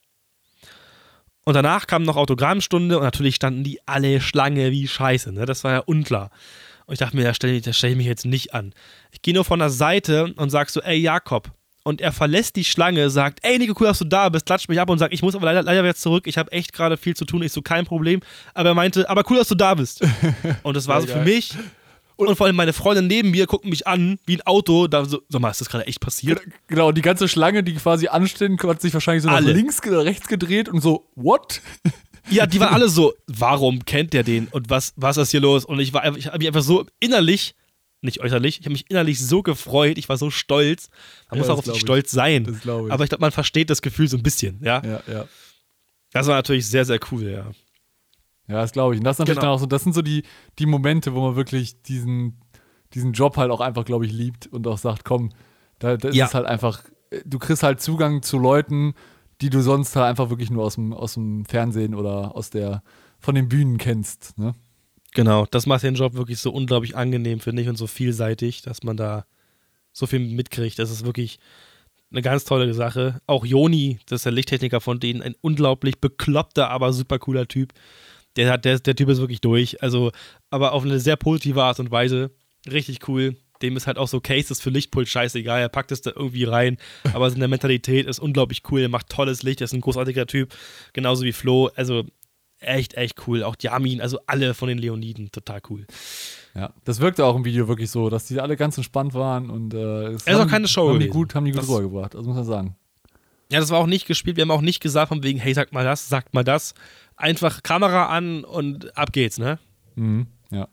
Und danach kam noch Autogrammstunde und natürlich standen die alle Schlange wie Scheiße, ne? Das war ja unklar. Und ich dachte mir, da stell ich mich jetzt nicht an. Ich gehe nur von der Seite und sag so, ey Jakob. Und er verlässt die Schlange, sagt, ey Nico, cool, dass du da bist, klatscht mich ab und sagt, ich muss aber leider jetzt zurück, ich habe echt gerade viel zu tun, ich so, kein Problem. Aber er meinte, aber cool, dass du da bist. Und das war so für mich. Und vor allem meine Freundin neben mir gucken mich an, wie ein Auto, da so, sag mal, ist das gerade echt passiert? Genau, die ganze Schlange, die quasi anstehen, hat sich wahrscheinlich so nach links oder rechts gedreht und so, what? Ja, die waren alle so, warum kennt der den und was ist hier los? Und ich habe mich einfach so innerlich, nicht äußerlich, ich habe mich innerlich so gefreut, ich war so stolz. Man muss auch auf sich stolz sein. Das glaube ich. Aber ich glaube, man versteht das Gefühl so ein bisschen, ja? Ja. Das war natürlich sehr, sehr cool, ja. Ja, das glaube ich. Und das ist natürlich dann auch so, das sind so die Momente, wo man wirklich diesen Job halt auch einfach, glaube ich, liebt und auch sagt, komm, da ist es halt einfach, du kriegst halt Zugang zu Leuten, die du sonst halt einfach wirklich nur aus dem Fernsehen oder von den Bühnen kennst, ne? Genau, das macht den Job wirklich so unglaublich angenehm, finde ich, und so vielseitig, dass man da so viel mitkriegt. Das ist wirklich eine ganz tolle Sache. Auch Joni, das ist der Lichttechniker von denen, ein unglaublich bekloppter, aber super cooler Typ. Der Typ ist wirklich durch. Also, aber auf eine sehr positive Art und Weise. Richtig cool. dem ist halt auch so Cases für Lichtpult scheißegal, er packt es da irgendwie rein, aber seine Mentalität ist unglaublich cool, er macht tolles Licht, er ist ein großartiger Typ, genauso wie Flo, also echt cool, auch die Armin, also alle von den Leoniden, total cool. Ja, das wirkte auch im Video wirklich so, dass die alle ganz entspannt waren und es ist auch keine Show haben gewesen. Haben die gut rübergebracht, das muss man sagen. Ja, das war auch nicht gespielt, wir haben auch nicht gesagt von wegen, hey, sagt mal das, einfach Kamera an und ab geht's, ne? Mhm, ja.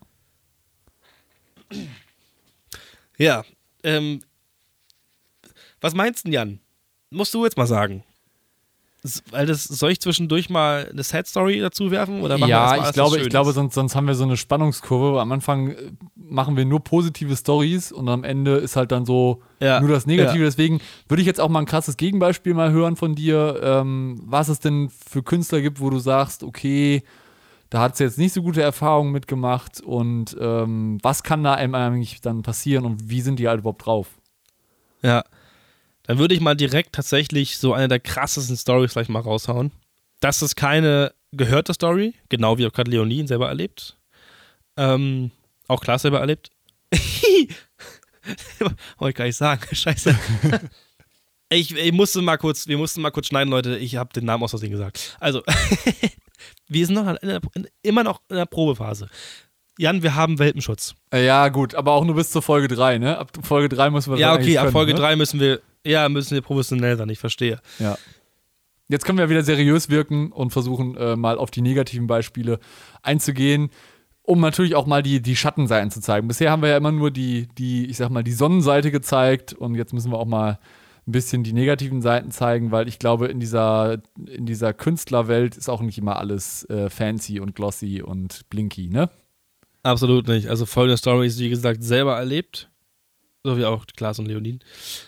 Ja, was meinst du denn, Jan? Musst du jetzt mal sagen. Soll ich zwischendurch mal eine Sad-Story dazu werfen? Oder machen wir ich glaube, sonst haben wir so eine Spannungskurve. Am Anfang machen wir nur positive Stories und am Ende ist halt dann so nur das Negative. Ja. Deswegen würde ich jetzt auch mal ein krasses Gegenbeispiel mal hören von dir, was es denn für Künstler gibt, wo du sagst, okay, da hat es jetzt nicht so gute Erfahrungen mitgemacht und was kann da einem eigentlich dann passieren und wie sind die halt überhaupt drauf? Ja. Dann würde ich mal direkt tatsächlich so eine der krassesten Storys gleich mal raushauen. Das ist keine gehörte Story, genau wie auch gerade Leonie selber erlebt. Auch Klaas selber erlebt. Wollte ich gar nicht sagen, scheiße. wir mussten mal kurz schneiden, Leute. Ich habe den Namen aus Versehen gesagt. Also, wir sind immer noch in der Probephase. Jan, wir haben Welpenschutz. Ja, gut, aber auch nur bis zur Folge 3, ne? Ab Folge 3 müssen wir das ab können, Folge ne? 3 müssen wir professionell sein, ich verstehe. Ja. Jetzt können wir wieder seriös wirken und versuchen, mal auf die negativen Beispiele einzugehen, um natürlich auch mal die Schattenseiten zu zeigen. Bisher haben wir ja immer nur die Sonnenseite gezeigt und jetzt müssen wir auch mal ein bisschen die negativen Seiten zeigen, weil ich glaube, in dieser Künstlerwelt ist auch nicht immer alles fancy und glossy und blinky, ne? Absolut nicht. Also folgende Story ist, wie gesagt, selber erlebt. So wie auch Klaas und Leonin.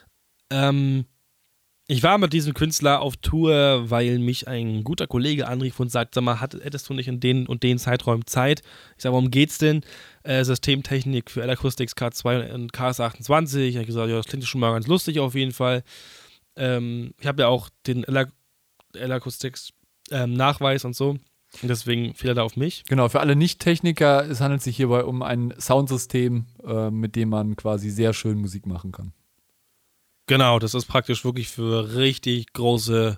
Ich war mit diesem Künstler auf Tour, weil mich ein guter Kollege anrief und sagt, sag mal, hättest du nicht in den und den Zeiträumen Zeit? Ich sage, worum geht's denn? Systemtechnik für L-Acoustics K2 und KS28. Ich habe gesagt, ja, das klingt schon mal ganz lustig auf jeden Fall. Ich habe ja auch den L-Acoustics Nachweis und so. Und deswegen fiel er da auf mich. Genau, für alle Nicht-Techniker, es handelt sich hierbei um ein Soundsystem, mit dem man quasi sehr schön Musik machen kann. Genau, das ist praktisch wirklich für richtig große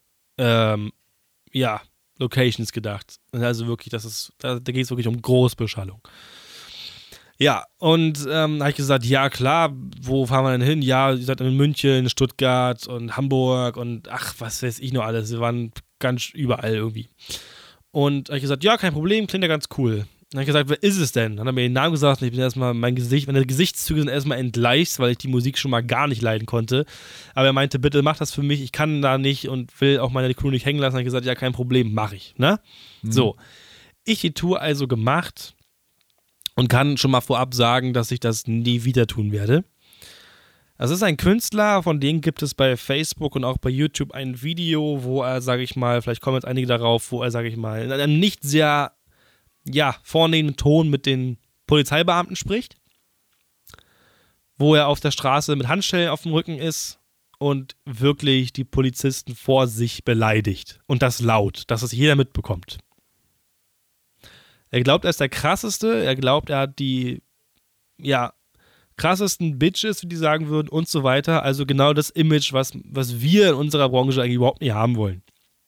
Locations gedacht. Also wirklich, da geht es wirklich um Großbeschallung. Ja, und da habe ich gesagt, ja klar, wo fahren wir denn hin? Ja, ihr seid in München, Stuttgart und Hamburg und ach, was weiß ich noch alles. Wir waren ganz überall irgendwie. Und da habe ich gesagt, ja, kein Problem, klingt ja ganz cool. Dann habe ich gesagt, wer ist es denn? Dann hat er mir den Namen gesagt und ich bin erstmal, meine Gesichtszüge sind erstmal entgleist, weil ich die Musik schon mal gar nicht leiden konnte. Aber er meinte, bitte mach das für mich, ich kann da nicht und will auch meine Crew nicht hängen lassen. Dann habe ich gesagt, ja, kein Problem, mach ich. Ne? Mhm. So, ich die Tour also gemacht und kann schon mal vorab sagen, dass ich das nie wieder tun werde. Das ist ein Künstler, von dem gibt es bei Facebook und auch bei YouTube ein Video, wo er, sage ich mal, vielleicht kommen jetzt einige darauf, wo er, sage ich mal, in einem nicht sehr vornehmen Ton mit den Polizeibeamten spricht, wo er auf der Straße mit Handschellen auf dem Rücken ist und wirklich die Polizisten vor sich beleidigt. Und das laut, dass es jeder mitbekommt. Er glaubt, er ist der Krasseste, er glaubt, er hat die, krassesten Bitches, wie die sagen würden, und so weiter. Also genau das Image, was wir in unserer Branche eigentlich überhaupt nicht haben wollen.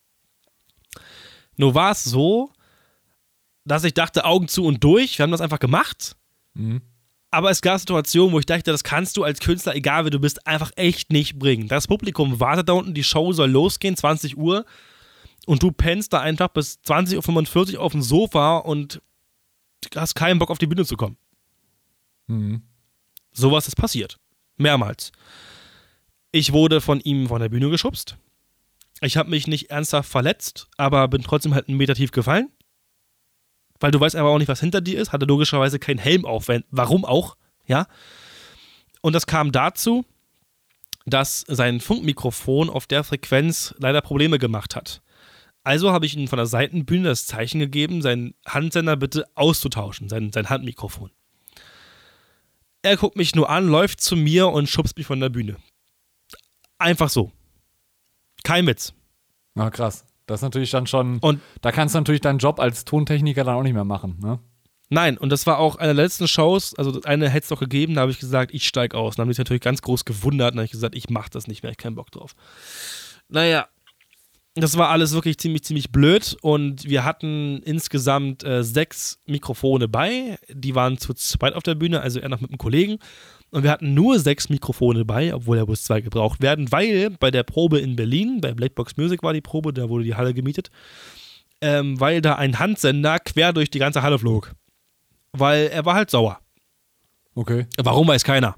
Nur war es so, dass ich dachte, Augen zu und durch. Wir haben das einfach gemacht. Mhm. Aber es gab Situationen, wo ich dachte, das kannst du als Künstler, egal wer du bist, einfach echt nicht bringen. Das Publikum wartet da unten, die Show soll losgehen, 20 Uhr. Und du pennst da einfach bis 20:45 Uhr auf dem Sofa und hast keinen Bock auf die Bühne zu kommen. Mhm. Sowas ist passiert. Mehrmals. Ich wurde von ihm von der Bühne geschubst. Ich habe mich nicht ernsthaft verletzt, aber bin trotzdem halt 1 Meter tief gefallen. Weil du weißt einfach auch nicht, was hinter dir ist. Hatte logischerweise keinen Helm auf. Warum auch? Ja. Und das kam dazu, dass sein Funkmikrofon auf der Frequenz leider Probleme gemacht hat. Also habe ich ihm von der Seitenbühne das Zeichen gegeben, seinen Handsender bitte auszutauschen, sein Handmikrofon. Er guckt mich nur an, läuft zu mir und schubst mich von der Bühne. Einfach so. Kein Witz. Na krass. Das ist natürlich dann schon, und da kannst du natürlich deinen Job als Tontechniker dann auch nicht mehr machen, ne? Nein, und das war auch eine der letzten Shows, also eine hätte es noch gegeben, da habe ich gesagt, ich steige aus. Dann haben die sich natürlich ganz groß gewundert und dann habe ich gesagt, ich mache das nicht mehr, ich habe keinen Bock drauf. Naja, das war alles wirklich ziemlich blöd und wir hatten insgesamt 6 Mikrofone bei, die waren zu zweit auf der Bühne, also er noch mit einem Kollegen. Und wir hatten nur 6 Mikrofone bei, obwohl ja bloß 2 gebraucht werden, weil bei der Probe in Berlin, bei Blackbox Music war die Probe, da wurde die Halle gemietet, weil da ein Handsender quer durch die ganze Halle flog. Weil er war halt sauer. Okay. Warum, weiß keiner.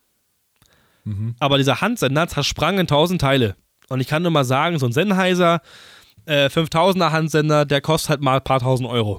Mhm. Aber dieser Handsender zersprang in 1000 Teile. Und ich kann nur mal sagen, so ein Sennheiser 5000er Handsender, der kostet halt mal ein paar tausend Euro.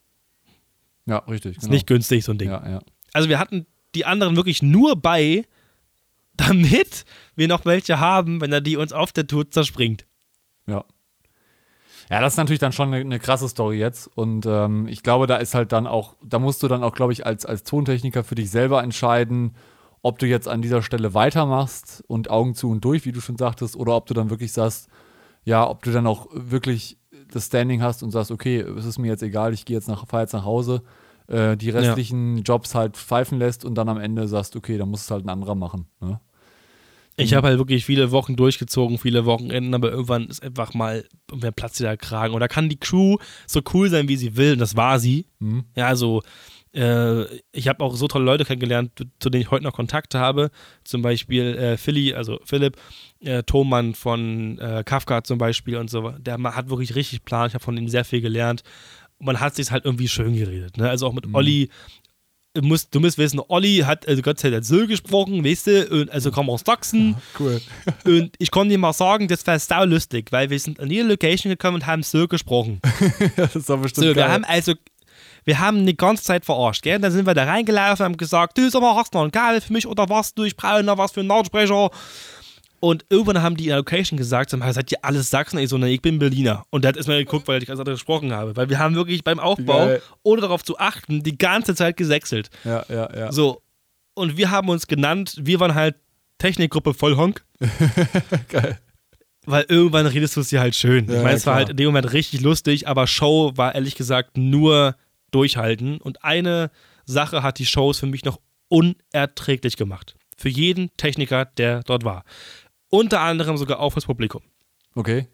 Ja, richtig. Ist nicht günstig, so ein Ding. Ja. Also wir hatten die anderen wirklich nur bei, damit wir noch welche haben, wenn er die uns auf der Tour zerspringt. Ja. Ja, das ist natürlich dann schon eine krasse Story jetzt. Und ich glaube, da ist halt dann auch, da musst du dann auch, glaube ich, als Tontechniker für dich selber entscheiden, ob du jetzt an dieser Stelle weitermachst und Augen zu und durch, wie du schon sagtest, oder ob du dann wirklich sagst, ja, ob du dann auch wirklich das Standing hast und sagst, okay, es ist mir jetzt egal, ich fahre jetzt nach Hause, die restlichen Jobs halt pfeifen lässt und dann am Ende sagst, okay, dann muss es halt ein anderer machen. Ne? Ich habe halt wirklich viele Wochen durchgezogen, viele Wochenenden, aber irgendwann ist einfach mal mehr Platz der Kragen. Und da kann die Crew so cool sein, wie sie will, und das war sie. Mhm. Ja, also ich habe auch so tolle Leute kennengelernt, zu denen ich heute noch Kontakt habe. Zum Beispiel Philipp, Thomann von Kafka zum Beispiel und so. Der hat wirklich richtig Plan. Ich habe von ihm sehr viel gelernt. Und man hat sich halt irgendwie schön geredet. Ne? Also auch mit Olli. Du musst wissen, Olli hat Gott sei Dank so gesprochen, weißt du, und also kam aus Sachsen. Cool. Und ich kann dir mal sagen, das war sau lustig, weil wir sind an jede Location gekommen und haben so gesprochen. Das war bestimmt So, geil. wir haben die ganze Zeit verarscht, gell? Dann sind wir da reingelaufen und haben gesagt, du, sag mal, hast du noch ein Kabel für mich oder was? Du, ich brauche noch was für einen Lautsprecher. Und irgendwann haben die in der Location gesagt, seid ihr alles Sachsen? Ich so, ne, ich bin Berliner. Und der hat erstmal geguckt, weil ich ganz anders gesprochen habe. Weil wir haben wirklich beim Aufbau, ohne darauf zu achten, die ganze Zeit gesächselt. Ja. So, und wir haben uns genannt, wir waren halt Technikgruppe Vollhonk. Geil. Weil irgendwann redest du es dir halt schön. Ja, ich meine, es war klar. halt in dem Moment richtig lustig, aber Show war ehrlich gesagt nur durchhalten. Und eine Sache hat die Shows für mich noch unerträglich gemacht. Für jeden Techniker, der dort war. Unter anderem sogar auch fürs Publikum. Okay.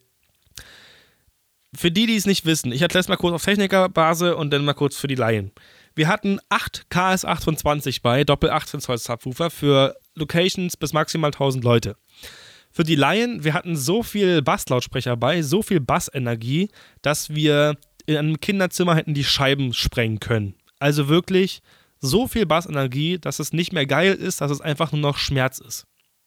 Für die es nicht wissen, ich erkläre es mal kurz auf Technikerbase und dann mal kurz für die Laien. Wir hatten 8 KS28 bei, Doppel 18 Zoll Subwoofer für Locations bis maximal 1000 Leute. Für die Laien, wir hatten so viel Basslautsprecher bei, so viel Bassenergie, dass wir in einem Kinderzimmer hätten die Scheiben sprengen können. Also wirklich so viel Bassenergie, dass es nicht mehr geil ist, dass es einfach nur noch Schmerz ist.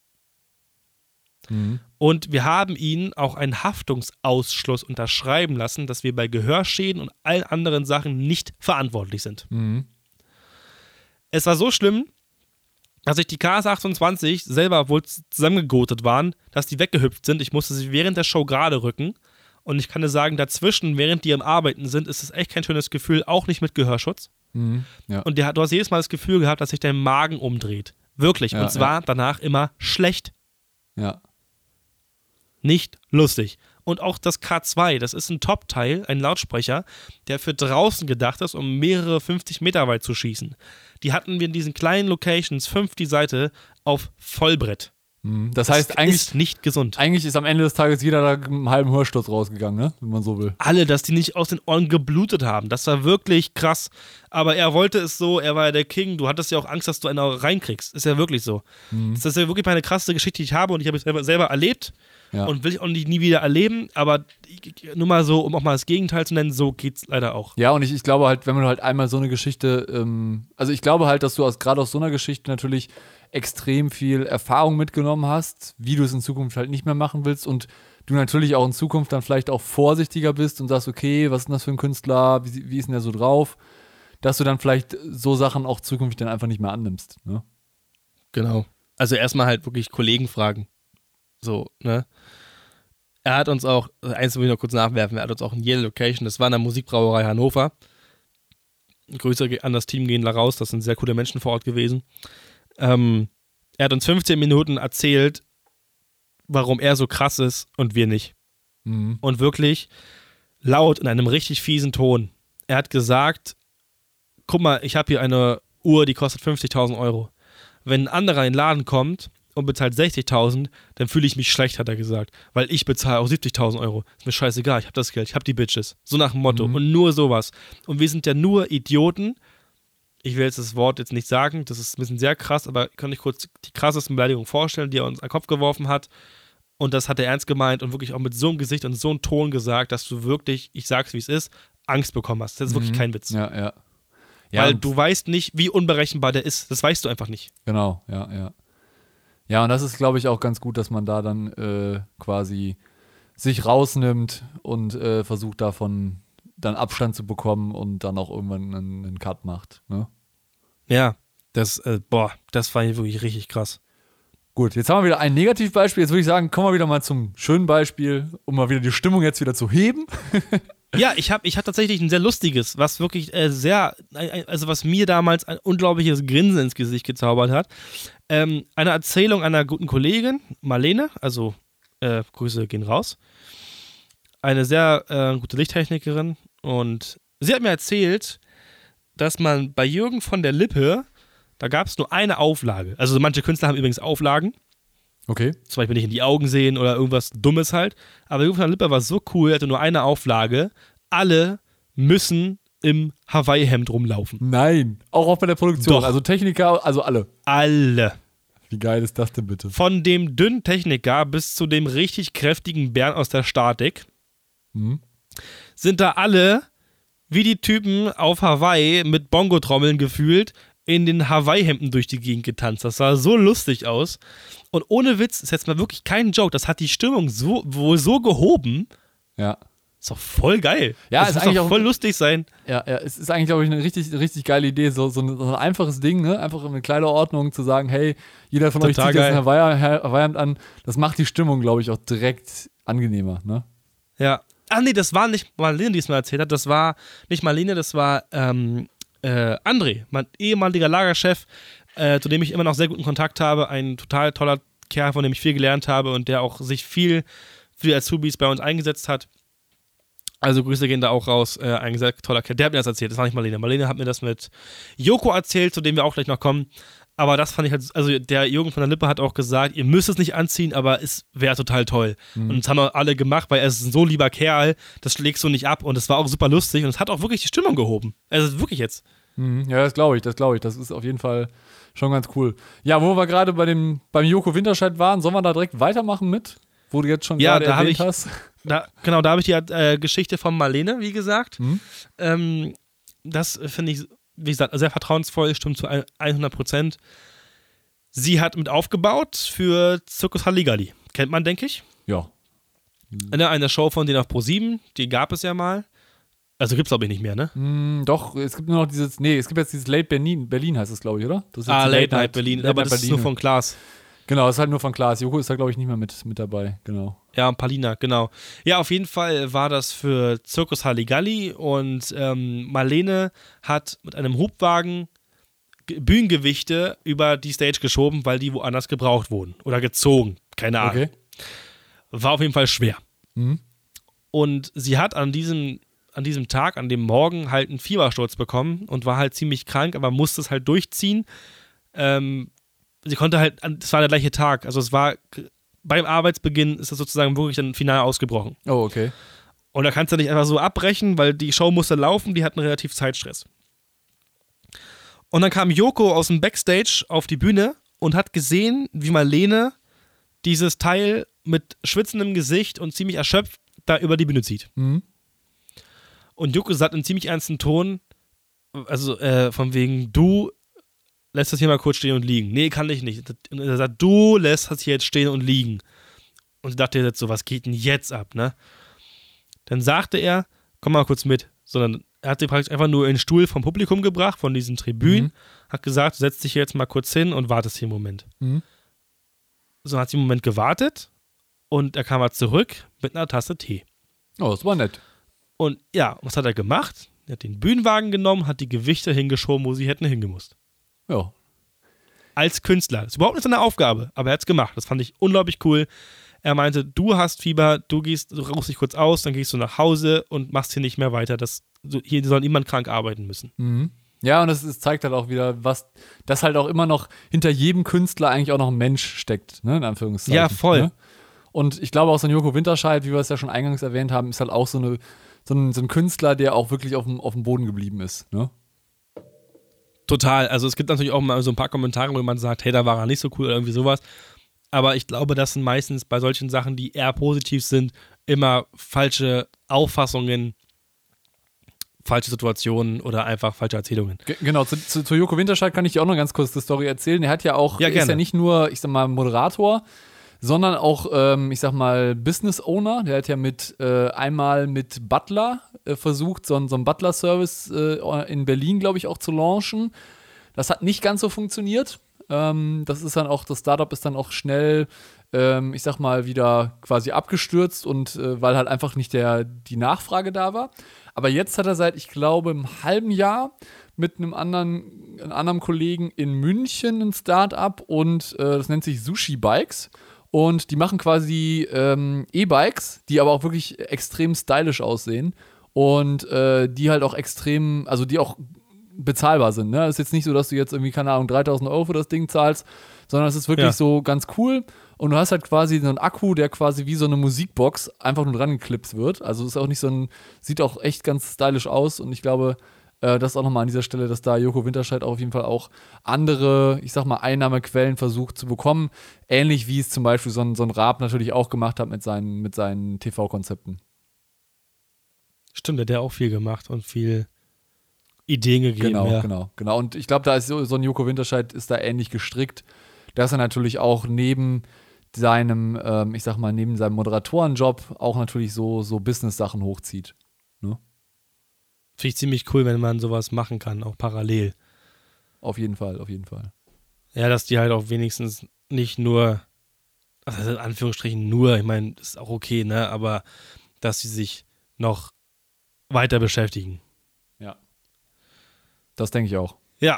Mhm. Und wir haben ihnen auch einen Haftungsausschluss unterschreiben lassen, dass wir bei Gehörschäden und allen anderen Sachen nicht verantwortlich sind. Mhm. Es war so schlimm, dass sich die KS28 selber wohl zusammengegotet waren, dass die weggehüpft sind. Ich musste sie während der Show gerade rücken. Und ich kann dir sagen, dazwischen, während die am Arbeiten sind, ist es echt kein schönes Gefühl, auch nicht mit Gehörschutz. Mhm. Ja. Und du hast jedes Mal das Gefühl gehabt, dass sich dein Magen umdreht. Wirklich. Ja, und zwar danach immer schlecht. Ja. Nicht lustig. Und auch das K2, das ist ein Top-Teil, ein Lautsprecher, der für draußen gedacht ist, um mehrere 50 Meter weit zu schießen. Die hatten wir in diesen kleinen Locations, 5 die Seite, auf Vollbrett. Mhm. Das heißt, eigentlich ist nicht gesund. Eigentlich ist am Ende des Tages jeder da mit einem halben Hörsturz rausgegangen, ne? Wenn man so will. Alle, dass die nicht aus den Ohren geblutet haben. Das war wirklich krass. Aber er wollte es so, er war ja der King. Du hattest ja auch Angst, dass du einen reinkriegst. Ist ja wirklich so. Mhm. Das ist ja wirklich meine krasseste Geschichte, die ich habe und ich habe es selber erlebt. Ja. Und will ich auch nie wieder erleben. Aber nur mal so, um auch mal das Gegenteil zu nennen, so geht's leider auch. Ja, und ich glaube halt, wenn man halt einmal so eine Geschichte, also ich glaube halt, dass du gerade aus so einer Geschichte natürlich extrem viel Erfahrung mitgenommen hast, wie du es in Zukunft halt nicht mehr machen willst und du natürlich auch in Zukunft dann vielleicht auch vorsichtiger bist und sagst, okay, was ist denn das für ein Künstler, wie ist denn der so drauf, dass du dann vielleicht so Sachen auch zukünftig dann einfach nicht mehr annimmst. Ne? Genau. Also erstmal halt wirklich Kollegen fragen. So, ne? Er hat uns auch, eins will ich noch kurz nachwerfen, er hat uns auch in jede Location, das war in der Musikbrauerei Hannover. Grüße an das Team gehen da raus, das sind sehr coole Menschen vor Ort gewesen. Er hat uns 15 Minuten erzählt, warum er so krass ist und wir nicht. Mhm. Und wirklich laut in einem richtig fiesen Ton. Er hat gesagt, guck mal, ich habe hier eine Uhr, die kostet 50.000 Euro. Wenn ein anderer in den Laden kommt und bezahlt 60.000, dann fühle ich mich schlecht, hat er gesagt. Weil ich bezahle auch 70.000 Euro. Ist mir scheißegal, ich habe das Geld, ich habe die Bitches. So nach dem Motto. Und nur sowas. Und wir sind ja nur Idioten. Ich will jetzt das Wort jetzt nicht sagen, das ist ein bisschen sehr krass, aber kann ich kurz die krassesten Beleidigungen vorstellen, die er uns an den Kopf geworfen hat. Und das hat er ernst gemeint und wirklich auch mit so einem Gesicht und so einem Ton gesagt, dass du wirklich, ich sag's wie es ist, Angst bekommen hast. Das ist wirklich kein Witz. Ja. Weil du weißt nicht, wie unberechenbar der ist. Das weißt du einfach nicht. Genau, ja. Ja, und das ist, glaube ich, auch ganz gut, dass man da dann quasi sich rausnimmt und versucht davon dann Abstand zu bekommen und dann auch irgendwann einen Cut macht. Ne? Ja, das war wirklich richtig krass. Gut, jetzt haben wir wieder ein Negativbeispiel. Jetzt würde ich sagen, kommen wir wieder mal zum schönen Beispiel, um mal wieder die Stimmung jetzt wieder zu heben. Ja, ich hab tatsächlich ein sehr lustiges, was wirklich was mir damals ein unglaubliches Grinsen ins Gesicht gezaubert hat. Eine Erzählung einer guten Kollegin, Marlene, also Grüße gehen raus. Eine sehr gute Lichttechnikerin und sie hat mir erzählt, dass man bei Jürgen von der Lippe, da gab es nur eine Auflage. Also manche Künstler haben übrigens Auflagen. Okay. Zum Beispiel nicht in die Augen sehen oder irgendwas Dummes halt. Aber Jürgen von der Lippe war so cool, er hatte nur eine Auflage. Alle müssen im Hawaii-Hemd rumlaufen. Nein, auch bei der Produktion. Doch. Also Techniker, also alle. Alle. Wie geil ist das denn bitte? Von dem dünnen Techniker bis zu dem richtig kräftigen Bären aus der Statik sind da alle wie die Typen auf Hawaii mit Bongo-Trommeln gefühlt in den Hawaii-Hemden durch die Gegend getanzt. Das sah so lustig aus. Und ohne Witz, ist jetzt mal wirklich kein Joke, das hat die Stimmung so gehoben. Ja. Ist doch voll geil. Ja, das ist muss eigentlich doch auch voll lustig sein. Ja, es ist eigentlich, glaube ich, eine richtig, richtig geile Idee. So ein einfaches Ding, ne? Einfach in eine kleine Ordnung zu sagen, hey, jeder von euch zieht jetzt ein Hawaii-Hemd an. Das macht die Stimmung, glaube ich, auch direkt angenehmer, ne? Ja. Ach nee, das war nicht Marlene, die es mir erzählt hat. Das war nicht Marlene, das war André, mein ehemaliger Lagerchef, zu dem ich immer noch sehr guten Kontakt habe. Ein total toller Kerl, von dem ich viel gelernt habe und der auch sich viel für die Azubis bei uns eingesetzt hat. Also Grüße gehen da auch raus. Ein sehr toller Kerl. Der hat mir das erzählt, das war nicht Marlene. Marlene hat mir das mit Joko erzählt, zu dem wir auch gleich noch kommen. Aber das fand ich halt, also der Jürgen von der Lippe hat auch gesagt, ihr müsst es nicht anziehen, aber es wäre total toll. Und das haben wir alle gemacht, weil er ist ein so lieber Kerl, das schlägst du nicht ab und es war auch super lustig und es hat auch wirklich die Stimmung gehoben. Also wirklich jetzt. Ja, das glaube ich. Das ist auf jeden Fall schon ganz cool. Ja, wo wir gerade beim Joko Winterscheid waren, sollen wir da direkt weitermachen mit? Wo du jetzt schon gerade erwähnt hast. Da habe ich die Geschichte von Marlene, wie gesagt. Das finde ich, wie gesagt, sehr vertrauensvoll, stimmt zu 100%. Sie hat mit aufgebaut für Circus Halligalli. Kennt man, denke ich. Ja. Eine Show von denen auf Pro7, die gab es ja mal. Also gibt es, glaube ich, nicht mehr, ne? Doch, es gibt nur noch es gibt jetzt dieses Late Berlin heißt es, glaube ich, oder? Das ist Late Night Berlin, aber das ist nur von Klaas. Genau, das ist halt nur von Klaas. Joko ist da, glaube ich, nicht mehr mit dabei, genau. Ja, und Palina, genau. Ja, auf jeden Fall war das für Circus Halligalli und Marlene hat mit einem Hubwagen Bühnengewichte über die Stage geschoben, weil die woanders gebraucht wurden oder gezogen, keine Ahnung. Okay. War auf jeden Fall schwer. Und sie hat an diesem Tag, an dem Morgen halt einen Fiebersturz bekommen und war halt ziemlich krank, aber musste es halt durchziehen. Sie konnte halt, es war der gleiche Tag, also es war, beim Arbeitsbeginn ist das sozusagen wirklich dann final ausgebrochen. Oh, okay. Und da kannst du nicht einfach so abbrechen, weil die Show musste laufen, die hatten relativ Zeitstress. Und dann kam Joko aus dem Backstage auf die Bühne und hat gesehen, wie Marlene dieses Teil mit schwitzendem Gesicht und ziemlich erschöpft da über die Bühne zieht. Und Joko sagt in ziemlich ernsten Ton, also von wegen, du lässt das hier mal kurz stehen und liegen. Nee, kann ich nicht. Und er sagt, du lässt das hier jetzt stehen und liegen. Und sie dachte jetzt so, was geht denn jetzt ab, ne? Dann sagte er, komm mal kurz mit. Sondern er hat sie praktisch einfach nur in den Stuhl vom Publikum gebracht, von diesen Tribünen, hat gesagt, setz dich jetzt mal kurz hin und wartest hier einen Moment. So hat sie einen Moment gewartet und er kam mal zurück mit einer Tasse Tee. Oh, das war nett. Und ja, was hat er gemacht? Er hat den Bühnenwagen genommen, hat die Gewichte hingeschoben, wo sie hätten hingemusst. Ja. Als Künstler. Das ist überhaupt nicht seine Aufgabe, aber er hat es gemacht. Das fand ich unglaublich cool. Er meinte, du hast Fieber, du ruhst dich kurz aus, dann gehst du nach Hause und machst hier nicht mehr weiter. Hier soll niemand krank arbeiten müssen. Ja, und es zeigt halt auch wieder, dass halt auch immer noch hinter jedem Künstler eigentlich auch noch ein Mensch steckt, ne, in Anführungszeichen. Ja, voll. Ne? Und ich glaube auch so ein Joko Winterscheid, wie wir es ja schon eingangs erwähnt haben, ist halt auch so ein Künstler, der auch wirklich auf dem Boden geblieben ist, ne? Total. Also es gibt natürlich auch mal so ein paar Kommentare, wo man sagt, hey, da war er nicht so cool oder irgendwie sowas. Aber ich glaube, das sind meistens bei solchen Sachen, die eher positiv sind, immer falsche Auffassungen, falsche Situationen oder einfach falsche Erzählungen. Genau, zu Joko Winterscheid kann ich dir auch noch ganz kurz die Story erzählen. Er hat ja auch, ist ja nicht nur, ich sag mal, Moderator, sondern auch, ich sag mal, Business Owner. Der hat ja einmal mit Butler versucht, so einen Butler-Service in Berlin, glaube ich, auch zu launchen. Das hat nicht ganz so funktioniert. Das Startup ist dann auch schnell, ich sag mal, wieder quasi abgestürzt und weil halt einfach nicht die Nachfrage da war. Aber jetzt hat er seit, ich glaube, einem halben Jahr mit einem anderen Kollegen in München ein Startup und das nennt sich Sushi Bikes. Und die machen quasi E-Bikes, die aber auch wirklich extrem stylisch aussehen und die halt auch extrem, also die auch bezahlbar sind. Ne? Es ist jetzt nicht so, dass du jetzt irgendwie, keine Ahnung, 3.000 Euro für das Ding zahlst, sondern es ist wirklich so ganz cool. Und du hast halt quasi so einen Akku, der quasi wie so eine Musikbox einfach nur dran geklipst wird. Also ist auch nicht sieht auch echt ganz stylisch aus. Und ich glaube, das ist auch nochmal an dieser Stelle, dass da Joko Winterscheid auf jeden Fall auch andere, ich sag mal, Einnahmequellen versucht zu bekommen. Ähnlich wie es zum Beispiel so ein Raab natürlich auch gemacht hat mit seinen TV-Konzepten. Stimmt, der hat auch viel gemacht und viel Ideen gegeben. Genau. Und ich glaube, da ist so ein Joko Winterscheid ist da ähnlich gestrickt, dass er natürlich auch neben seinem, neben seinem Moderatorenjob auch natürlich so Business-Sachen hochzieht. Ne? Finde ich ziemlich cool, wenn man sowas machen kann, auch parallel. Auf jeden Fall. Ja, dass die halt auch wenigstens nicht nur, also in Anführungsstrichen nur, ich meine, ist auch okay, ne, aber dass sie sich noch weiter beschäftigen. Ja. Das denke ich auch. Ja.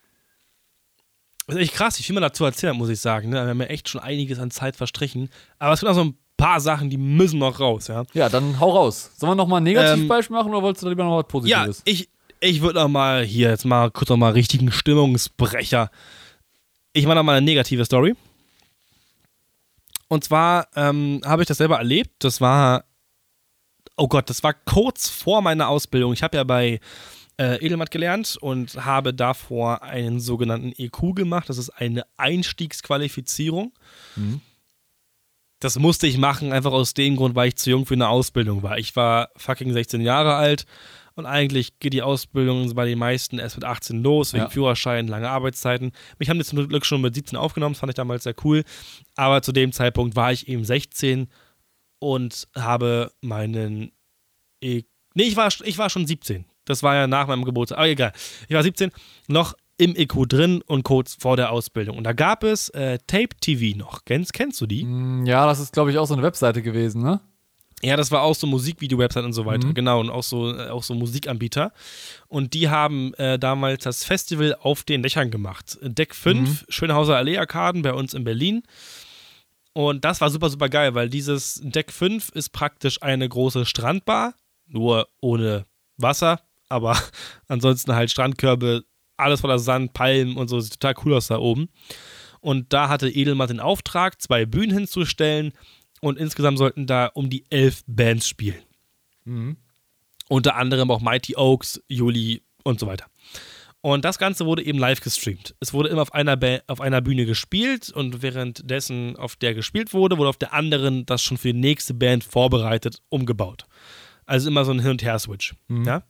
Das ist echt krass, wie viel man dazu erzählt hat, muss ich sagen. Ne? Wir haben ja echt schon einiges an Zeit verstrichen. Aber es gibt auch so ein paar Sachen, die müssen noch raus, ja. Ja, dann hau raus. Sollen wir noch mal ein Negativbeispiel machen oder wolltest du da lieber noch was Positives? Ja, ich würde noch mal hier jetzt mal kurz noch mal richtigen Stimmungsbrecher. Ich mache noch mal eine negative Story. Und zwar habe ich das selber erlebt. Das war kurz vor meiner Ausbildung. Ich habe ja bei Edelmatt gelernt und habe davor einen sogenannten EQ gemacht. Das ist eine Einstiegsqualifizierung. Mhm. Das musste ich machen, einfach aus dem Grund, weil ich zu jung für eine Ausbildung war. Ich war fucking 16 Jahre alt und eigentlich geht die Ausbildung bei den meisten erst mit 18 los, wegen Führerschein, lange Arbeitszeiten. Mich haben die zum Glück schon mit 17 aufgenommen, das fand ich damals sehr cool. Aber zu dem Zeitpunkt war ich eben 16 und habe ich war schon 17. Das war ja nach meinem Geburtstag. Aber egal. Ich war 17, noch im EQ drin und kurz vor der Ausbildung. Und da gab es Tape TV noch. Kennst du die? Ja, das ist, glaube ich, auch so eine Webseite gewesen, ne? Ja, das war auch so Musikvideo-Website und so weiter. Genau, und auch so Musikanbieter. Und die haben damals das Festival auf den Dächern gemacht. Deck 5, Schönhauser Allee-Arkaden bei uns in Berlin. Und das war super, super geil, weil dieses Deck 5 ist praktisch eine große Strandbar, nur ohne Wasser. Aber ansonsten halt Strandkörbe, alles voller Sand, Palmen und so, sieht total cool aus da oben. Und da hatte Edelmatt den Auftrag, 2 Bühnen hinzustellen und insgesamt sollten da um die 11 Bands spielen. Mhm. Unter anderem auch Mighty Oaks, Juli und so weiter. Und das Ganze wurde eben live gestreamt. Es wurde immer auf einer Bühne gespielt und währenddessen auf der gespielt wurde auf der anderen das schon für die nächste Band vorbereitet, umgebaut. Also immer so ein Hin- und Her-Switch. Mhm. Ja?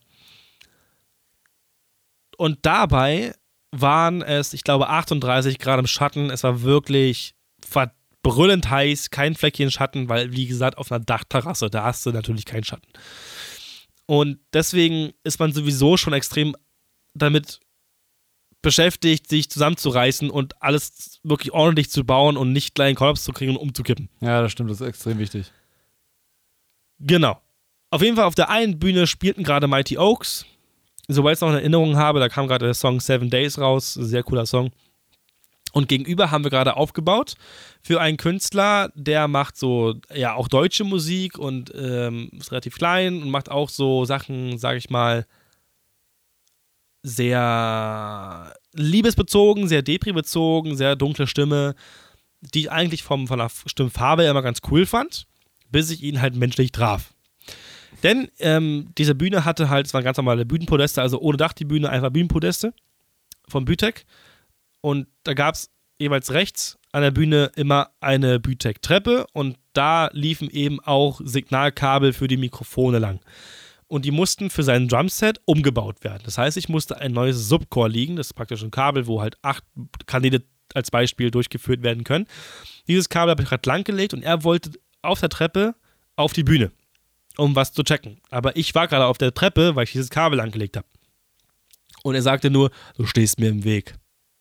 Und dabei waren es, ich glaube, 38 Grad im Schatten. Es war wirklich brüllend heiß, kein Fleckchen Schatten, weil, wie gesagt, auf einer Dachterrasse, da hast du natürlich keinen Schatten. Und deswegen ist man sowieso schon extrem damit beschäftigt, sich zusammenzureißen und alles wirklich ordentlich zu bauen und nicht gleich einen Kollaps zu kriegen und umzukippen. Ja, das stimmt, das ist extrem wichtig. Genau. Auf jeden Fall auf der einen Bühne spielten gerade Mighty Oaks. Soweit ich es noch in Erinnerung habe, da kam gerade der Song 7 Days raus, sehr cooler Song. Und gegenüber haben wir gerade aufgebaut für einen Künstler, der macht so, ja, auch deutsche Musik und ist relativ klein und macht auch so Sachen, sage ich mal, sehr liebesbezogen, sehr depri-bezogen, sehr dunkle Stimme, die ich eigentlich von der Stimmfarbe immer ganz cool fand, bis ich ihn halt menschlich traf. Denn diese Bühne hatte halt, es waren ganz normale Bühnenpodeste, also ohne Dach die Bühne, einfach Bühnenpodeste von Bütek. Und da gab es jeweils rechts an der Bühne immer eine Bütek-Treppe und da liefen eben auch Signalkabel für die Mikrofone lang. Und die mussten für sein Drumset umgebaut werden. Das heißt, ich musste ein neues Subcore liegen, das ist praktisch ein Kabel, wo halt 8 Kanäle als Beispiel durchgeführt werden können. Dieses Kabel habe ich gerade langgelegt und er wollte auf der Treppe auf die Bühne, um was zu checken. Aber ich war gerade auf der Treppe, weil ich dieses Kabel langgelegt habe. Und er sagte nur, du stehst mir im Weg.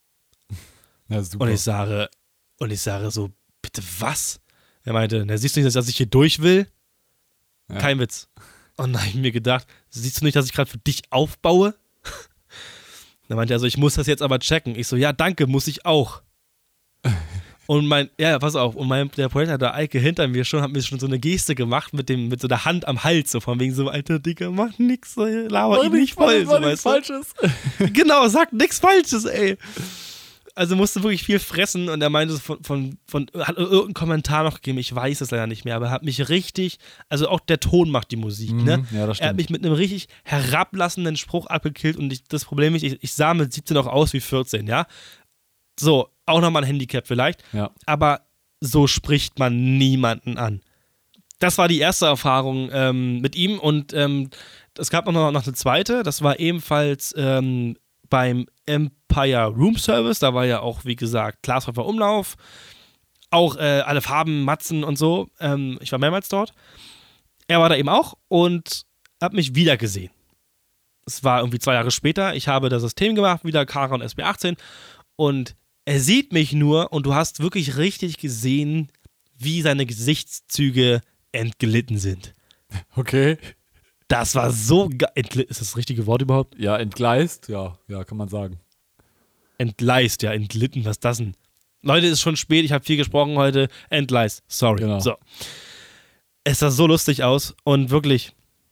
Ja, super. Und ich sage so, bitte was? Er meinte, na, siehst du nicht, dass ich hier durch will? Ja. Kein Witz. Und dann habe ich mir gedacht, siehst du nicht, dass ich gerade für dich aufbaue? Dann meinte er so, ich muss das jetzt aber checken. Ich so, ja, danke, muss ich auch. Und pass auf, und der Projektleiter Eike hinter mir hat mir schon so eine Geste gemacht mit so der Hand am Hals, so von wegen so, alter Dicker, mach nix, laber ihn nicht voll. Mach nichts Falsches. Genau, sag nix Falsches, ey. Also musste wirklich viel fressen und er meinte hat irgendeinen Kommentar noch gegeben, ich weiß es leider nicht mehr, aber er hat mich richtig, also auch der Ton macht die Musik, ne? Ja, das stimmt. Er hat mich mit einem richtig herablassenden Spruch abgekillt und das Problem ist, ich sah mit 17 auch aus wie 14, ja? So, auch nochmal ein Handicap vielleicht, ja. Aber so spricht man niemanden an. Das war die erste Erfahrung mit ihm und es gab noch eine zweite, das war ebenfalls beim Empire Room Service, da war ja auch, wie gesagt, Glashäufer Umlauf, auch alle Farben, Matzen und so. Ich war mehrmals dort. Er war da eben auch und hat mich wieder gesehen. Es war irgendwie 2 Jahre später. Ich habe das System gemacht, wieder Kara und SB18 und er sieht mich nur und du hast wirklich richtig gesehen, wie seine Gesichtszüge entglitten sind. Okay. Das war so geil. Ist das richtige Wort überhaupt? Ja, entgleist, ja, kann man sagen. Entgleist, ja, entglitten, was ist das denn? Leute, ist schon spät, ich habe viel gesprochen heute. Entgleist, sorry. Genau. So. Es sah so lustig aus und wirklich,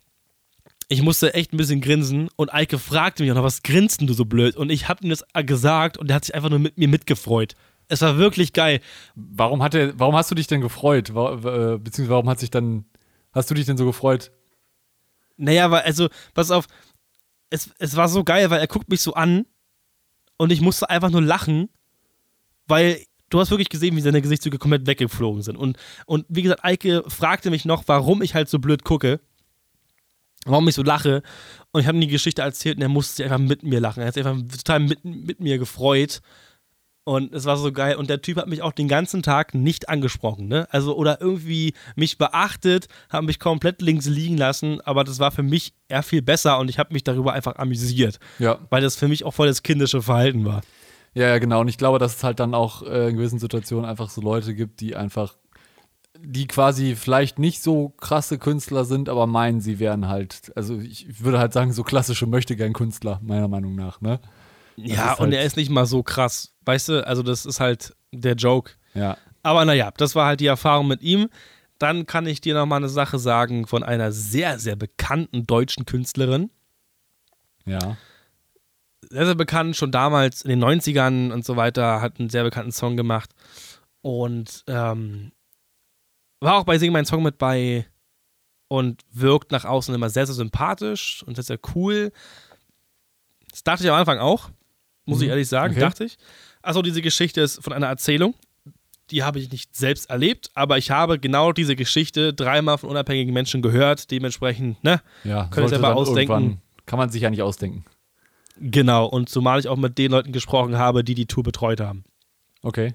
ich musste echt ein bisschen grinsen und Eike fragte mich auch noch, was grinst denn du so blöd? Und ich habe ihm das gesagt und er hat sich einfach nur mit mir mitgefreut. Es war wirklich geil. Warum hast du dich denn gefreut? Beziehungsweise hast du dich denn so gefreut? Naja, pass auf, es war so geil, weil er guckt mich so an und ich musste einfach nur lachen, weil du hast wirklich gesehen, wie seine Gesichtszüge komplett weggeflogen sind. Und wie gesagt, Eike fragte mich noch, warum ich halt so blöd gucke, warum ich so lache. Und ich habe ihm die Geschichte erzählt und er musste sich einfach mit mir lachen. Er hat sich einfach total mit mir gefreut. Und es war so geil. Und der Typ hat mich auch den ganzen Tag nicht angesprochen, ne? Also, oder irgendwie mich beachtet, hat mich komplett links liegen lassen. Aber das war für mich eher viel besser und ich habe mich darüber einfach amüsiert. Ja. Weil das für mich auch voll das kindische Verhalten war. Ja, genau. Und ich glaube, dass es halt dann auch in gewissen Situationen einfach so Leute gibt, die quasi vielleicht nicht so krasse Künstler sind, aber meinen, sie wären halt, also ich würde halt sagen, so klassische Möchtegern-Künstler, meiner Meinung nach, ne? Ja, und er ist nicht mal so krass, weißt du? Also das ist halt der Joke. Ja. Aber naja, das war halt die Erfahrung mit ihm. Dann kann ich dir noch mal eine Sache sagen von einer sehr, sehr bekannten deutschen Künstlerin. Ja. Sehr, sehr bekannt, schon damals in den 90ern und so weiter, hat einen sehr bekannten Song gemacht. Und war auch bei Sing Mein Song mit bei und wirkt nach außen immer sehr, sehr sympathisch und sehr, sehr cool. Das dachte ich am Anfang auch, muss ich ehrlich sagen, dachte ich. Achso, diese Geschichte ist von einer Erzählung. Die habe ich nicht selbst erlebt, aber ich habe genau diese Geschichte 3-mal von unabhängigen Menschen gehört. Dementsprechend, ne? Ja, könnt ihr selber ausdenken. Kann man sich ja nicht ausdenken. Genau, und zumal ich auch mit den Leuten gesprochen habe, die die Tour betreut haben. Okay.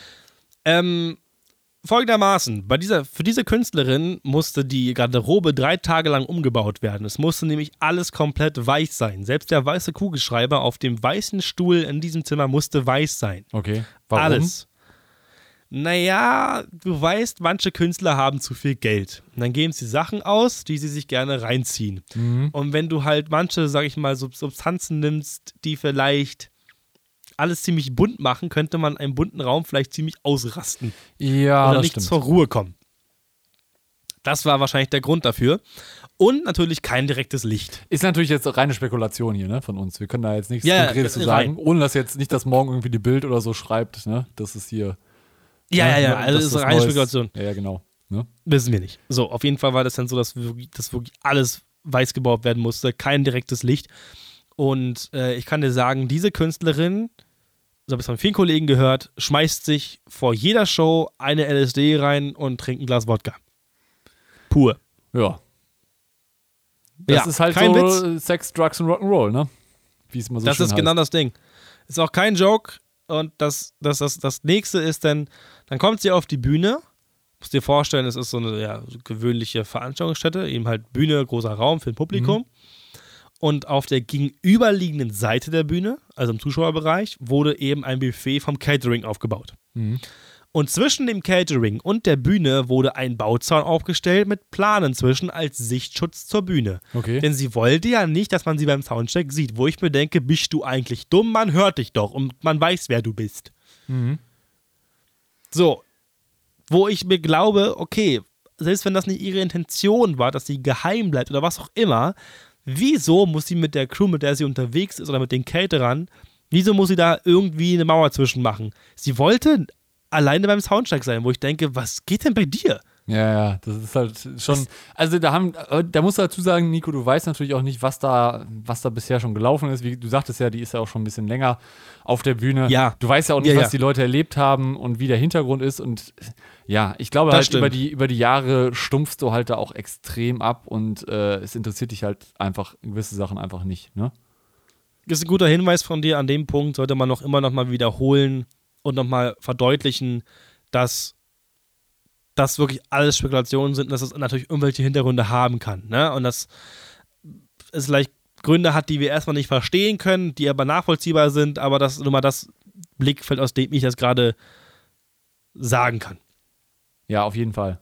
Folgendermaßen, für diese Künstlerin musste die Garderobe 3 Tage lang umgebaut werden. Es musste nämlich alles komplett weiß sein. Selbst der weiße Kugelschreiber auf dem weißen Stuhl in diesem Zimmer musste weiß sein. Okay. Warum? Alles. Naja, du weißt, manche Künstler haben zu viel Geld. Und dann geben sie Sachen aus, die sie sich gerne reinziehen. Mhm. Und wenn du halt manche, sag ich mal, Substanzen nimmst, die vielleicht alles ziemlich bunt machen, könnte man einen bunten Raum vielleicht ziemlich ausrasten. Ja, oder das nicht stimmt. zur Ruhe kommen. Das war wahrscheinlich der Grund dafür. Und natürlich kein direktes Licht. Ist natürlich jetzt reine Spekulation hier, ne, von uns. Wir können da jetzt nichts Konkretes zu sagen, ohne dass jetzt nicht das morgen irgendwie die Bild oder so schreibt, ne? Das ist hier. Ja, also das ist reine Spekulation. Ja, genau. Ne? Wissen wir nicht. So, auf jeden Fall war das dann so, dass wirklich alles weiß gebaut werden musste, kein direktes Licht. Und ich kann dir sagen, diese Künstlerin, so habe ich es von vielen Kollegen gehört, schmeißt sich vor jeder Show eine LSD rein und trinkt ein Glas Wodka. Pur. Ja. Das ist halt kein so Witz. Sex, Drugs und Rock'n'Roll, ne? Wie es mal so Das schön ist heißt. genau das Ding. Ist auch kein Joke. Und das nächste ist dann kommt sie auf die Bühne. Musst dir vorstellen, es ist so eine so gewöhnliche Veranstaltungsstätte, eben halt Bühne, großer Raum für ein Publikum. Und auf der gegenüberliegenden Seite der Bühne, also im Zuschauerbereich, wurde eben ein Buffet vom Catering aufgebaut. Und zwischen dem Catering und der Bühne wurde ein Bauzaun aufgestellt mit Planen zwischen als Sichtschutz zur Bühne. Okay. Denn sie wollte ja nicht, dass man sie beim Soundcheck sieht. Wo ich mir denke, bist du eigentlich dumm? Man hört dich doch und man weiß, wer du bist. So, wo ich mir glaube, okay, selbst wenn das nicht ihre Intention war, dass sie geheim bleibt oder was auch immer, wieso muss sie mit der Crew, mit der sie unterwegs ist oder mit den Caterern, wieso muss sie da irgendwie eine Mauer zwischen machen? Sie wollte alleine beim Soundcheck sein, wo ich denke, was geht denn bei dir? Ja, das ist halt schon. Also da musst du dazu sagen, Nico, du weißt natürlich auch nicht, was da bisher schon gelaufen ist. Wie du sagtest ja, die ist ja auch schon ein bisschen länger auf der Bühne. Ja. Du weißt ja auch nicht, Ja, was die Leute erlebt haben und wie der Hintergrund ist. Und ja, ich glaube halt über die Jahre stumpfst du halt da auch extrem ab und es interessiert dich halt einfach gewisse Sachen einfach nicht, ne? Das ist ein guter Hinweis von dir. An dem Punkt sollte man immer noch mal wiederholen und noch mal verdeutlichen, dass das wirklich alles Spekulationen sind und dass es natürlich irgendwelche Hintergründe haben kann. Ne? Und dass es vielleicht Gründe hat, die wir erstmal nicht verstehen können, die aber nachvollziehbar sind, aber das ist nur mal das Blickfeld, aus dem ich das gerade sagen kann. Ja, auf jeden Fall.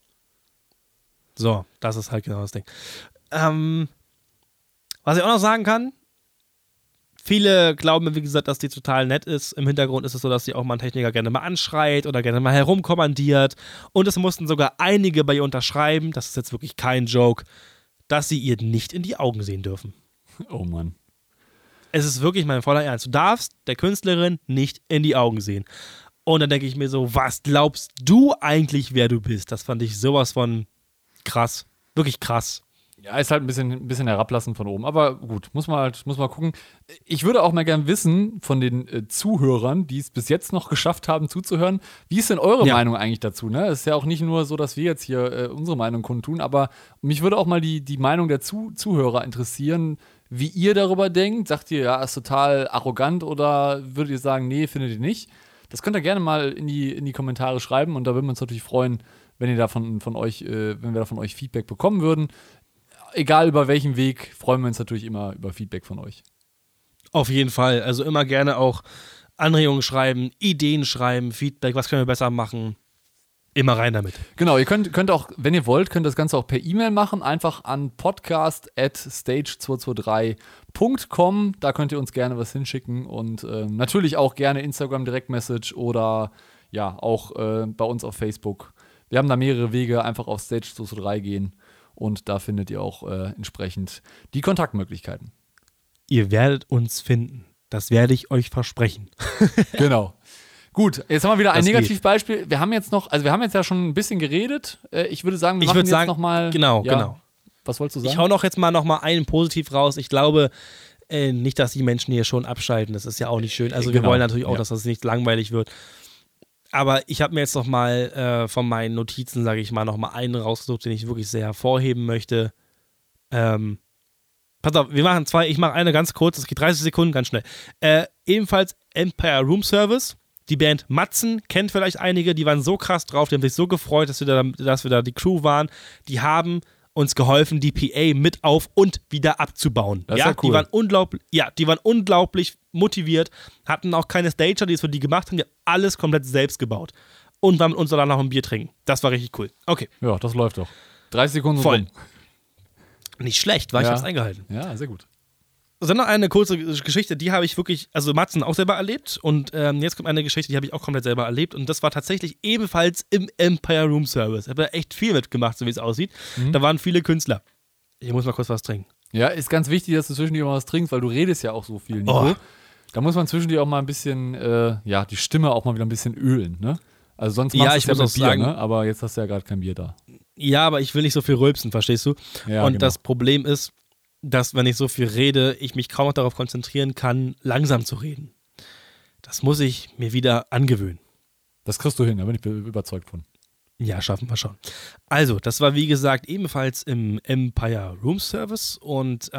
So, das ist halt genau das Ding. Was ich auch noch sagen kann, viele glauben, wie gesagt, dass die total nett ist. Im Hintergrund ist es so, dass sie auch mal einen Techniker gerne mal anschreit oder gerne mal herumkommandiert. Und es mussten sogar einige bei ihr unterschreiben, das ist jetzt wirklich kein Joke, dass sie ihr nicht in die Augen sehen dürfen. Oh Mann. Es ist wirklich mein voller Ernst. Du darfst der Künstlerin nicht in die Augen sehen. Und dann denke ich mir so, was glaubst du eigentlich, wer du bist? Das fand ich sowas von krass. Wirklich krass. Ja, ist halt ein bisschen herablassend von oben. Aber gut, muss man gucken. Ich würde auch mal gern wissen von den Zuhörern, die es bis jetzt noch geschafft haben zuzuhören, wie ist denn eure Meinung eigentlich dazu? Ne? Es ist ja auch nicht nur so, dass wir jetzt hier unsere Meinung kundtun, aber mich würde auch mal die Meinung der Zuhörer interessieren, wie ihr darüber denkt. Sagt ihr, ja, ist total arrogant oder würdet ihr sagen, nee, findet ihr nicht? Das könnt ihr gerne mal in die Kommentare schreiben und da würden wir uns natürlich freuen, wenn wir da von euch Feedback bekommen würden. Egal über welchen Weg, freuen wir uns natürlich immer über Feedback von euch. Auf jeden Fall. Also immer gerne auch Anregungen schreiben, Ideen schreiben, Feedback, was können wir besser machen. Immer rein damit. Genau, ihr könnt auch, wenn ihr wollt, könnt das Ganze auch per E-Mail machen, einfach an podcast@stage223.com. Da könnt ihr uns gerne was hinschicken und natürlich auch gerne Instagram Direktmessage oder ja, auch bei uns auf Facebook. Wir haben da mehrere Wege, einfach auf Stage223 gehen. Und da findet ihr auch entsprechend die Kontaktmöglichkeiten. Ihr werdet uns finden. Das werde ich euch versprechen. Genau. Gut, jetzt haben wir wieder ein Das Negativbeispiel. Wir haben jetzt ja schon ein bisschen geredet. Ich würde sagen, wir machen jetzt nochmal. Genau. Was wolltest du sagen? Ich hau noch jetzt mal einen Positiv raus. Ich glaube nicht, dass die Menschen hier schon abschalten. Das ist ja auch nicht schön. Also wir wollen natürlich auch, dass das nicht langweilig wird. Aber ich habe mir jetzt noch mal von meinen Notizen, sage ich mal, noch mal einen rausgesucht, den ich wirklich sehr hervorheben möchte. Pass auf, wir machen zwei. Ich mache eine ganz kurz, das geht 30 Sekunden, ganz schnell. Ebenfalls Empire Room Service. Die Band Matzen, kennt vielleicht einige, die waren so krass drauf, die haben sich so gefreut, dass wir da die Crew waren. Die haben uns geholfen, die PA mit auf und wieder abzubauen. Das ist ja cool. Die waren unglaublich motiviert, hatten auch keine Stager, die es für die gemacht haben, die haben alles komplett selbst gebaut. Und waren mit uns danach noch ein Bier trinken. Das war richtig cool. Okay. Ja, das läuft doch. 30 Sekunden voll. Rum. Nicht schlecht, ich hab's eingehalten. Ja, sehr gut. Dann noch eine kurze Geschichte, die habe ich wirklich, also Matzen auch selber erlebt und jetzt kommt eine Geschichte, die habe ich auch komplett selber erlebt und das war tatsächlich ebenfalls im Empire Room Service. Ich habe da echt viel mitgemacht, so wie es aussieht. Da waren viele Künstler. Ich muss mal kurz was trinken. Ja, ist ganz wichtig, dass du zwischendurch mal was trinkst, weil du redest ja auch so viel, Nico. Oh. Da muss man zwischendurch auch mal ein bisschen, die Stimme auch mal wieder ein bisschen ölen, ne? Also sonst Ja, machst du ich es ja muss mit auch Bier, sagen- ne? Aber jetzt hast du ja gerade kein Bier da. Ja, aber ich will nicht so viel rülpsen, verstehst du? Ja, Und genau. das Problem ist, dass, wenn ich so viel rede, ich mich kaum noch darauf konzentrieren kann, langsam zu reden. Das muss ich mir wieder angewöhnen. Das kriegst du hin, da bin ich überzeugt von. Ja, schaffen wir schon. Also, das war wie gesagt ebenfalls im Empire Room Service und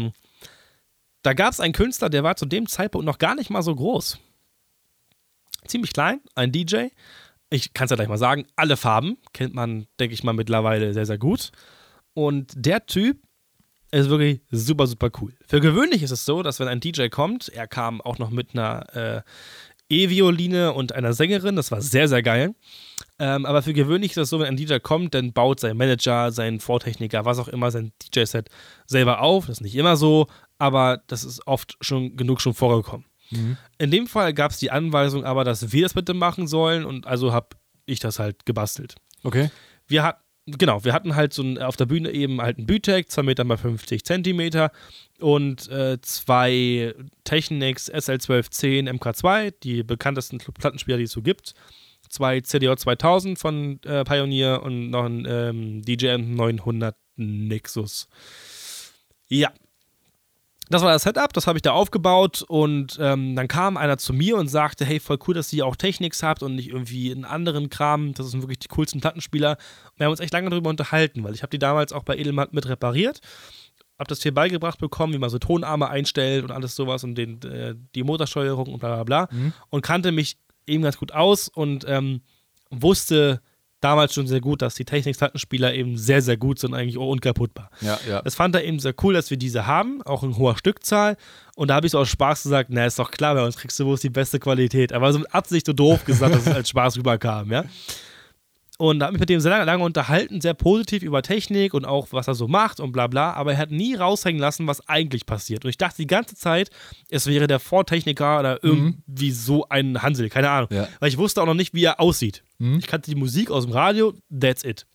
da gab es einen Künstler, der war zu dem Zeitpunkt noch gar nicht mal so groß. Ziemlich klein, ein DJ. Ich kann es ja gleich mal sagen, alle Farben kennt man, denke ich mal, mittlerweile sehr, sehr gut. Und der Typ ist wirklich super, super cool. Für gewöhnlich ist es so, dass wenn ein DJ kommt, er kam auch noch mit einer E-Violine und einer Sängerin, das war sehr, sehr geil. Aber für gewöhnlich ist es so, wenn ein DJ kommt, dann baut sein Manager, sein Vortechniker, was auch immer, sein DJ-Set selber auf. Das ist nicht immer so, aber das ist oft schon vorgekommen. Mhm. In dem Fall gab es die Anweisung aber, dass wir das bitte machen sollen und also habe ich das halt gebastelt. Okay. Wir hatten halt auf der Bühne eben halt einen Bütek, 2 Meter mal 50 Zentimeter und 2 Technics SL1210 MK2, die bekanntesten Plattenspieler, die es so gibt. 2 CDJ 2000 von Pioneer und noch ein DJM 900 Nexus. Ja. Das war das Setup, das habe ich da aufgebaut und dann kam einer zu mir und sagte, hey, voll cool, dass ihr auch Technics habt und nicht irgendwie einen anderen Kram, das sind wirklich die coolsten Plattenspieler. Wir haben uns echt lange darüber unterhalten, weil ich habe die damals auch bei Edelmann mit repariert, habe das hier beigebracht bekommen, wie man so Tonarme einstellt und alles sowas und die Motorsteuerung und bla bla bla und kannte mich eben ganz gut aus und wusste damals schon sehr gut, dass die Technics-Plattenspieler eben sehr, sehr gut sind, eigentlich auch unkaputtbar. Ja, ja. Das fand er eben sehr cool, dass wir diese haben, auch in hoher Stückzahl. Und da habe ich so aus Spaß gesagt, na, ist doch klar, bei uns kriegst du bloß die beste Qualität. Aber so mit Absicht so doof gesagt, dass es als Spaß rüberkam, ja. Und da habe ich mit dem sehr lange unterhalten, sehr positiv über Technik und auch, was er so macht und bla bla. Aber er hat nie raushängen lassen, was eigentlich passiert. Und ich dachte die ganze Zeit, es wäre der Vortechniker oder irgendwie so ein Hansel, keine Ahnung. Ja. Weil ich wusste auch noch nicht, wie er aussieht. Ich kannte die Musik aus dem Radio, that's it.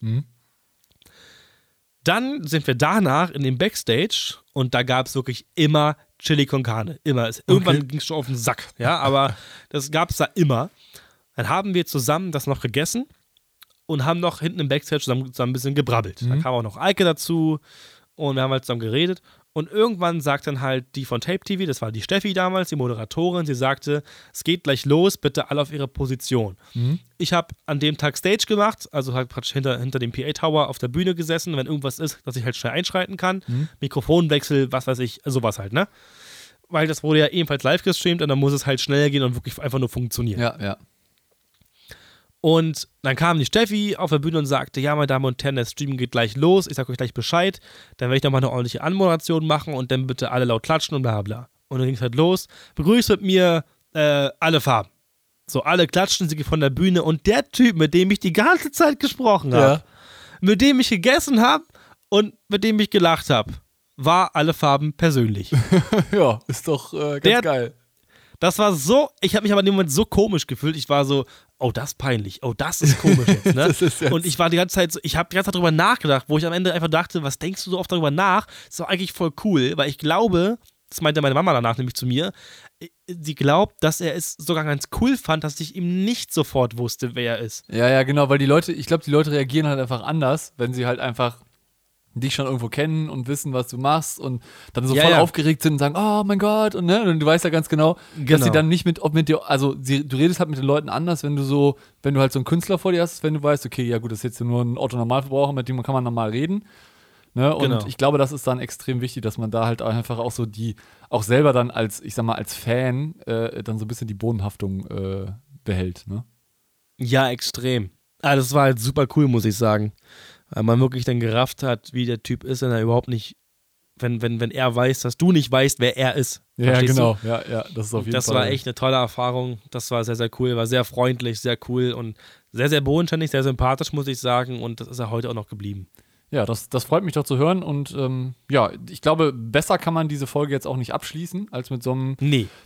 Dann sind wir danach in dem Backstage und da gab es wirklich immer Chili con Carne. Immer. Irgendwann ging es schon auf den Sack. Ja, aber das gab es da immer. Dann haben wir zusammen das noch gegessen und haben noch hinten im Backstage zusammen ein bisschen gebrabbelt. Da kam auch noch Eike dazu und wir haben halt zusammen geredet. Und irgendwann sagt dann halt die von Tape TV, das war die Steffi damals, die Moderatorin, sie sagte, es geht gleich los, bitte alle auf ihre Position. Ich habe an dem Tag Stage gemacht, also halt praktisch hinter dem PA-Tower auf der Bühne gesessen, wenn irgendwas ist, dass ich halt schnell einschreiten kann. Mikrofonwechsel, was weiß ich, sowas halt, ne? Weil das wurde ja ebenfalls live gestreamt und dann muss es halt schnell gehen und wirklich einfach nur funktionieren. Ja, ja. Und dann kam die Steffi auf der Bühne und sagte, ja, meine Damen und Herren, der Stream geht gleich los, ich sag euch gleich Bescheid, dann werde ich nochmal eine ordentliche Anmoderation machen und dann bitte alle laut klatschen und bla bla. Und dann ging es halt los, begrüßt mit mir alle Farben. So, alle klatschen, sie von der Bühne und der Typ, mit dem ich die ganze Zeit gesprochen habe, mit dem ich gegessen habe und mit dem ich gelacht habe, war alle Farben persönlich. Ja, ist doch ganz geil. Das war so, ich habe mich aber in dem Moment so komisch gefühlt. Ich war so, oh, das ist peinlich. Oh, das ist komisch jetzt, ne? Das ist jetzt Und ich war die ganze Zeit so, ich habe die ganze Zeit darüber nachgedacht, wo ich am Ende einfach dachte, was denkst du so oft darüber nach? Das ist doch eigentlich voll cool, weil ich glaube, das meinte meine Mama danach nämlich zu mir, sie glaubt, dass er es sogar ganz cool fand, dass ich ihm nicht sofort wusste, wer er ist. Ja, ja, genau, weil ich glaube, die Leute reagieren halt einfach anders, wenn sie halt einfach dich schon irgendwo kennen und wissen, was du machst und dann so voll aufgeregt sind und sagen, oh mein Gott, und ne, und du weißt ja ganz genau, dass sie dann nicht mit dir, also du redest halt mit den Leuten anders, wenn du halt so einen Künstler vor dir hast, wenn du weißt, okay, ja gut, das ist jetzt nur ein Otto-Normalverbraucher, mit dem kann man normal reden, ne, und ich glaube, das ist dann extrem wichtig, dass man da halt einfach auch so auch selber dann als, ich sag mal, als Fan dann so ein bisschen die Bodenhaftung behält, ne? Ja, extrem. Das war halt super cool, muss ich sagen. Weil man wirklich dann gerafft hat, wie der Typ ist, wenn er überhaupt nicht, wenn er weiß, dass du nicht weißt, wer er ist. Ja, genau. Ja, das ist auf jeden Fall. Das war echt eine tolle Erfahrung. Das war sehr, sehr cool. War sehr freundlich, sehr cool und sehr, sehr bodenständig, sehr sympathisch, muss ich sagen. Und das ist er heute auch noch geblieben. Ja, das freut mich doch zu hören. Und ich glaube, besser kann man diese Folge jetzt auch nicht abschließen, als mit so einem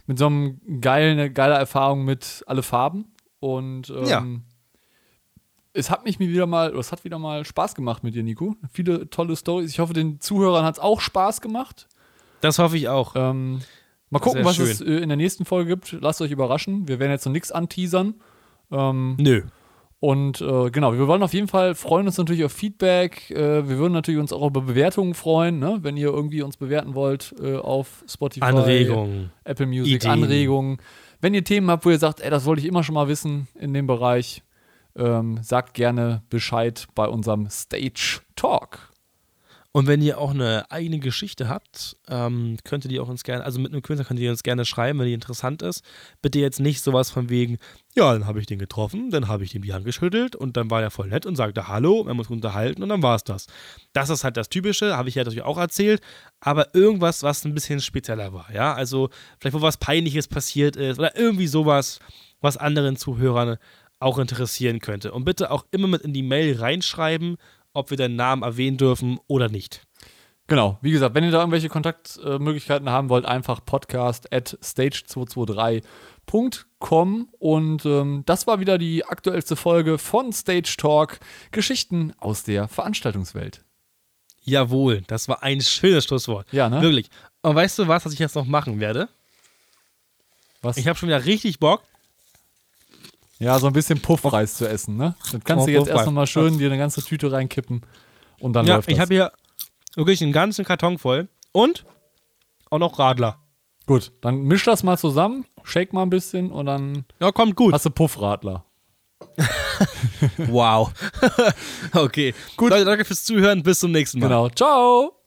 geile Erfahrung mit alle Farben. Und es hat wieder mal Spaß gemacht mit dir, Nico. Viele tolle Storys. Ich hoffe, den Zuhörern hat es auch Spaß gemacht. Das hoffe ich auch. Mal gucken, was es in der nächsten Folge gibt. Lasst euch überraschen. Wir werden jetzt noch nichts anteasern. Nö. Und genau, wir wollen auf jeden Fall, freuen uns natürlich auf Feedback. Wir würden natürlich uns auch über Bewertungen freuen, ne? Wenn ihr irgendwie uns bewerten wollt auf Spotify, Anregungen, Apple Music, Ideen. Anregungen. Wenn ihr Themen habt, wo ihr sagt, das wollte ich immer schon mal wissen in dem Bereich, sagt gerne Bescheid bei unserem Stage Talk. Und wenn ihr auch eine eigene Geschichte habt, könnt ihr die auch uns gerne, also mit einem Künstler könnt ihr uns gerne schreiben, wenn die interessant ist. Bitte jetzt nicht sowas von wegen, ja, dann habe ich den getroffen, dann habe ich ihm die Hand geschüttelt und dann war er voll nett und sagte Hallo, wir haben uns unterhalten und dann war es das. Das ist halt das Typische, habe ich ja natürlich auch erzählt, aber irgendwas, was ein bisschen spezieller war, ja, also vielleicht wo was Peinliches passiert ist oder irgendwie sowas, was anderen Zuhörern auch interessieren könnte. Und bitte auch immer mit in die Mail reinschreiben, ob wir deinen Namen erwähnen dürfen oder nicht. Genau, wie gesagt, wenn ihr da irgendwelche Kontaktmöglichkeiten haben wollt, einfach podcast@stage223.com und das war wieder die aktuellste Folge von Stage Talk, Geschichten aus der Veranstaltungswelt. Jawohl, das war ein schönes Schlusswort. Ja, ne? Wirklich. Und weißt du was ich jetzt noch machen werde? Was? Ich habe schon wieder richtig Bock. Ja, so ein bisschen Puffreis zu essen, ne? Dann kannst du jetzt erst nochmal schön dir eine ganze Tüte reinkippen und dann läuft das. Ich habe hier wirklich einen ganzen Karton voll und auch noch Radler. Gut, dann misch das mal zusammen, shake mal ein bisschen und dann kommt gut. Hast du Puffradler. Wow. Okay. Gut. Leute, danke fürs Zuhören. Bis zum nächsten Mal. Genau. Ciao.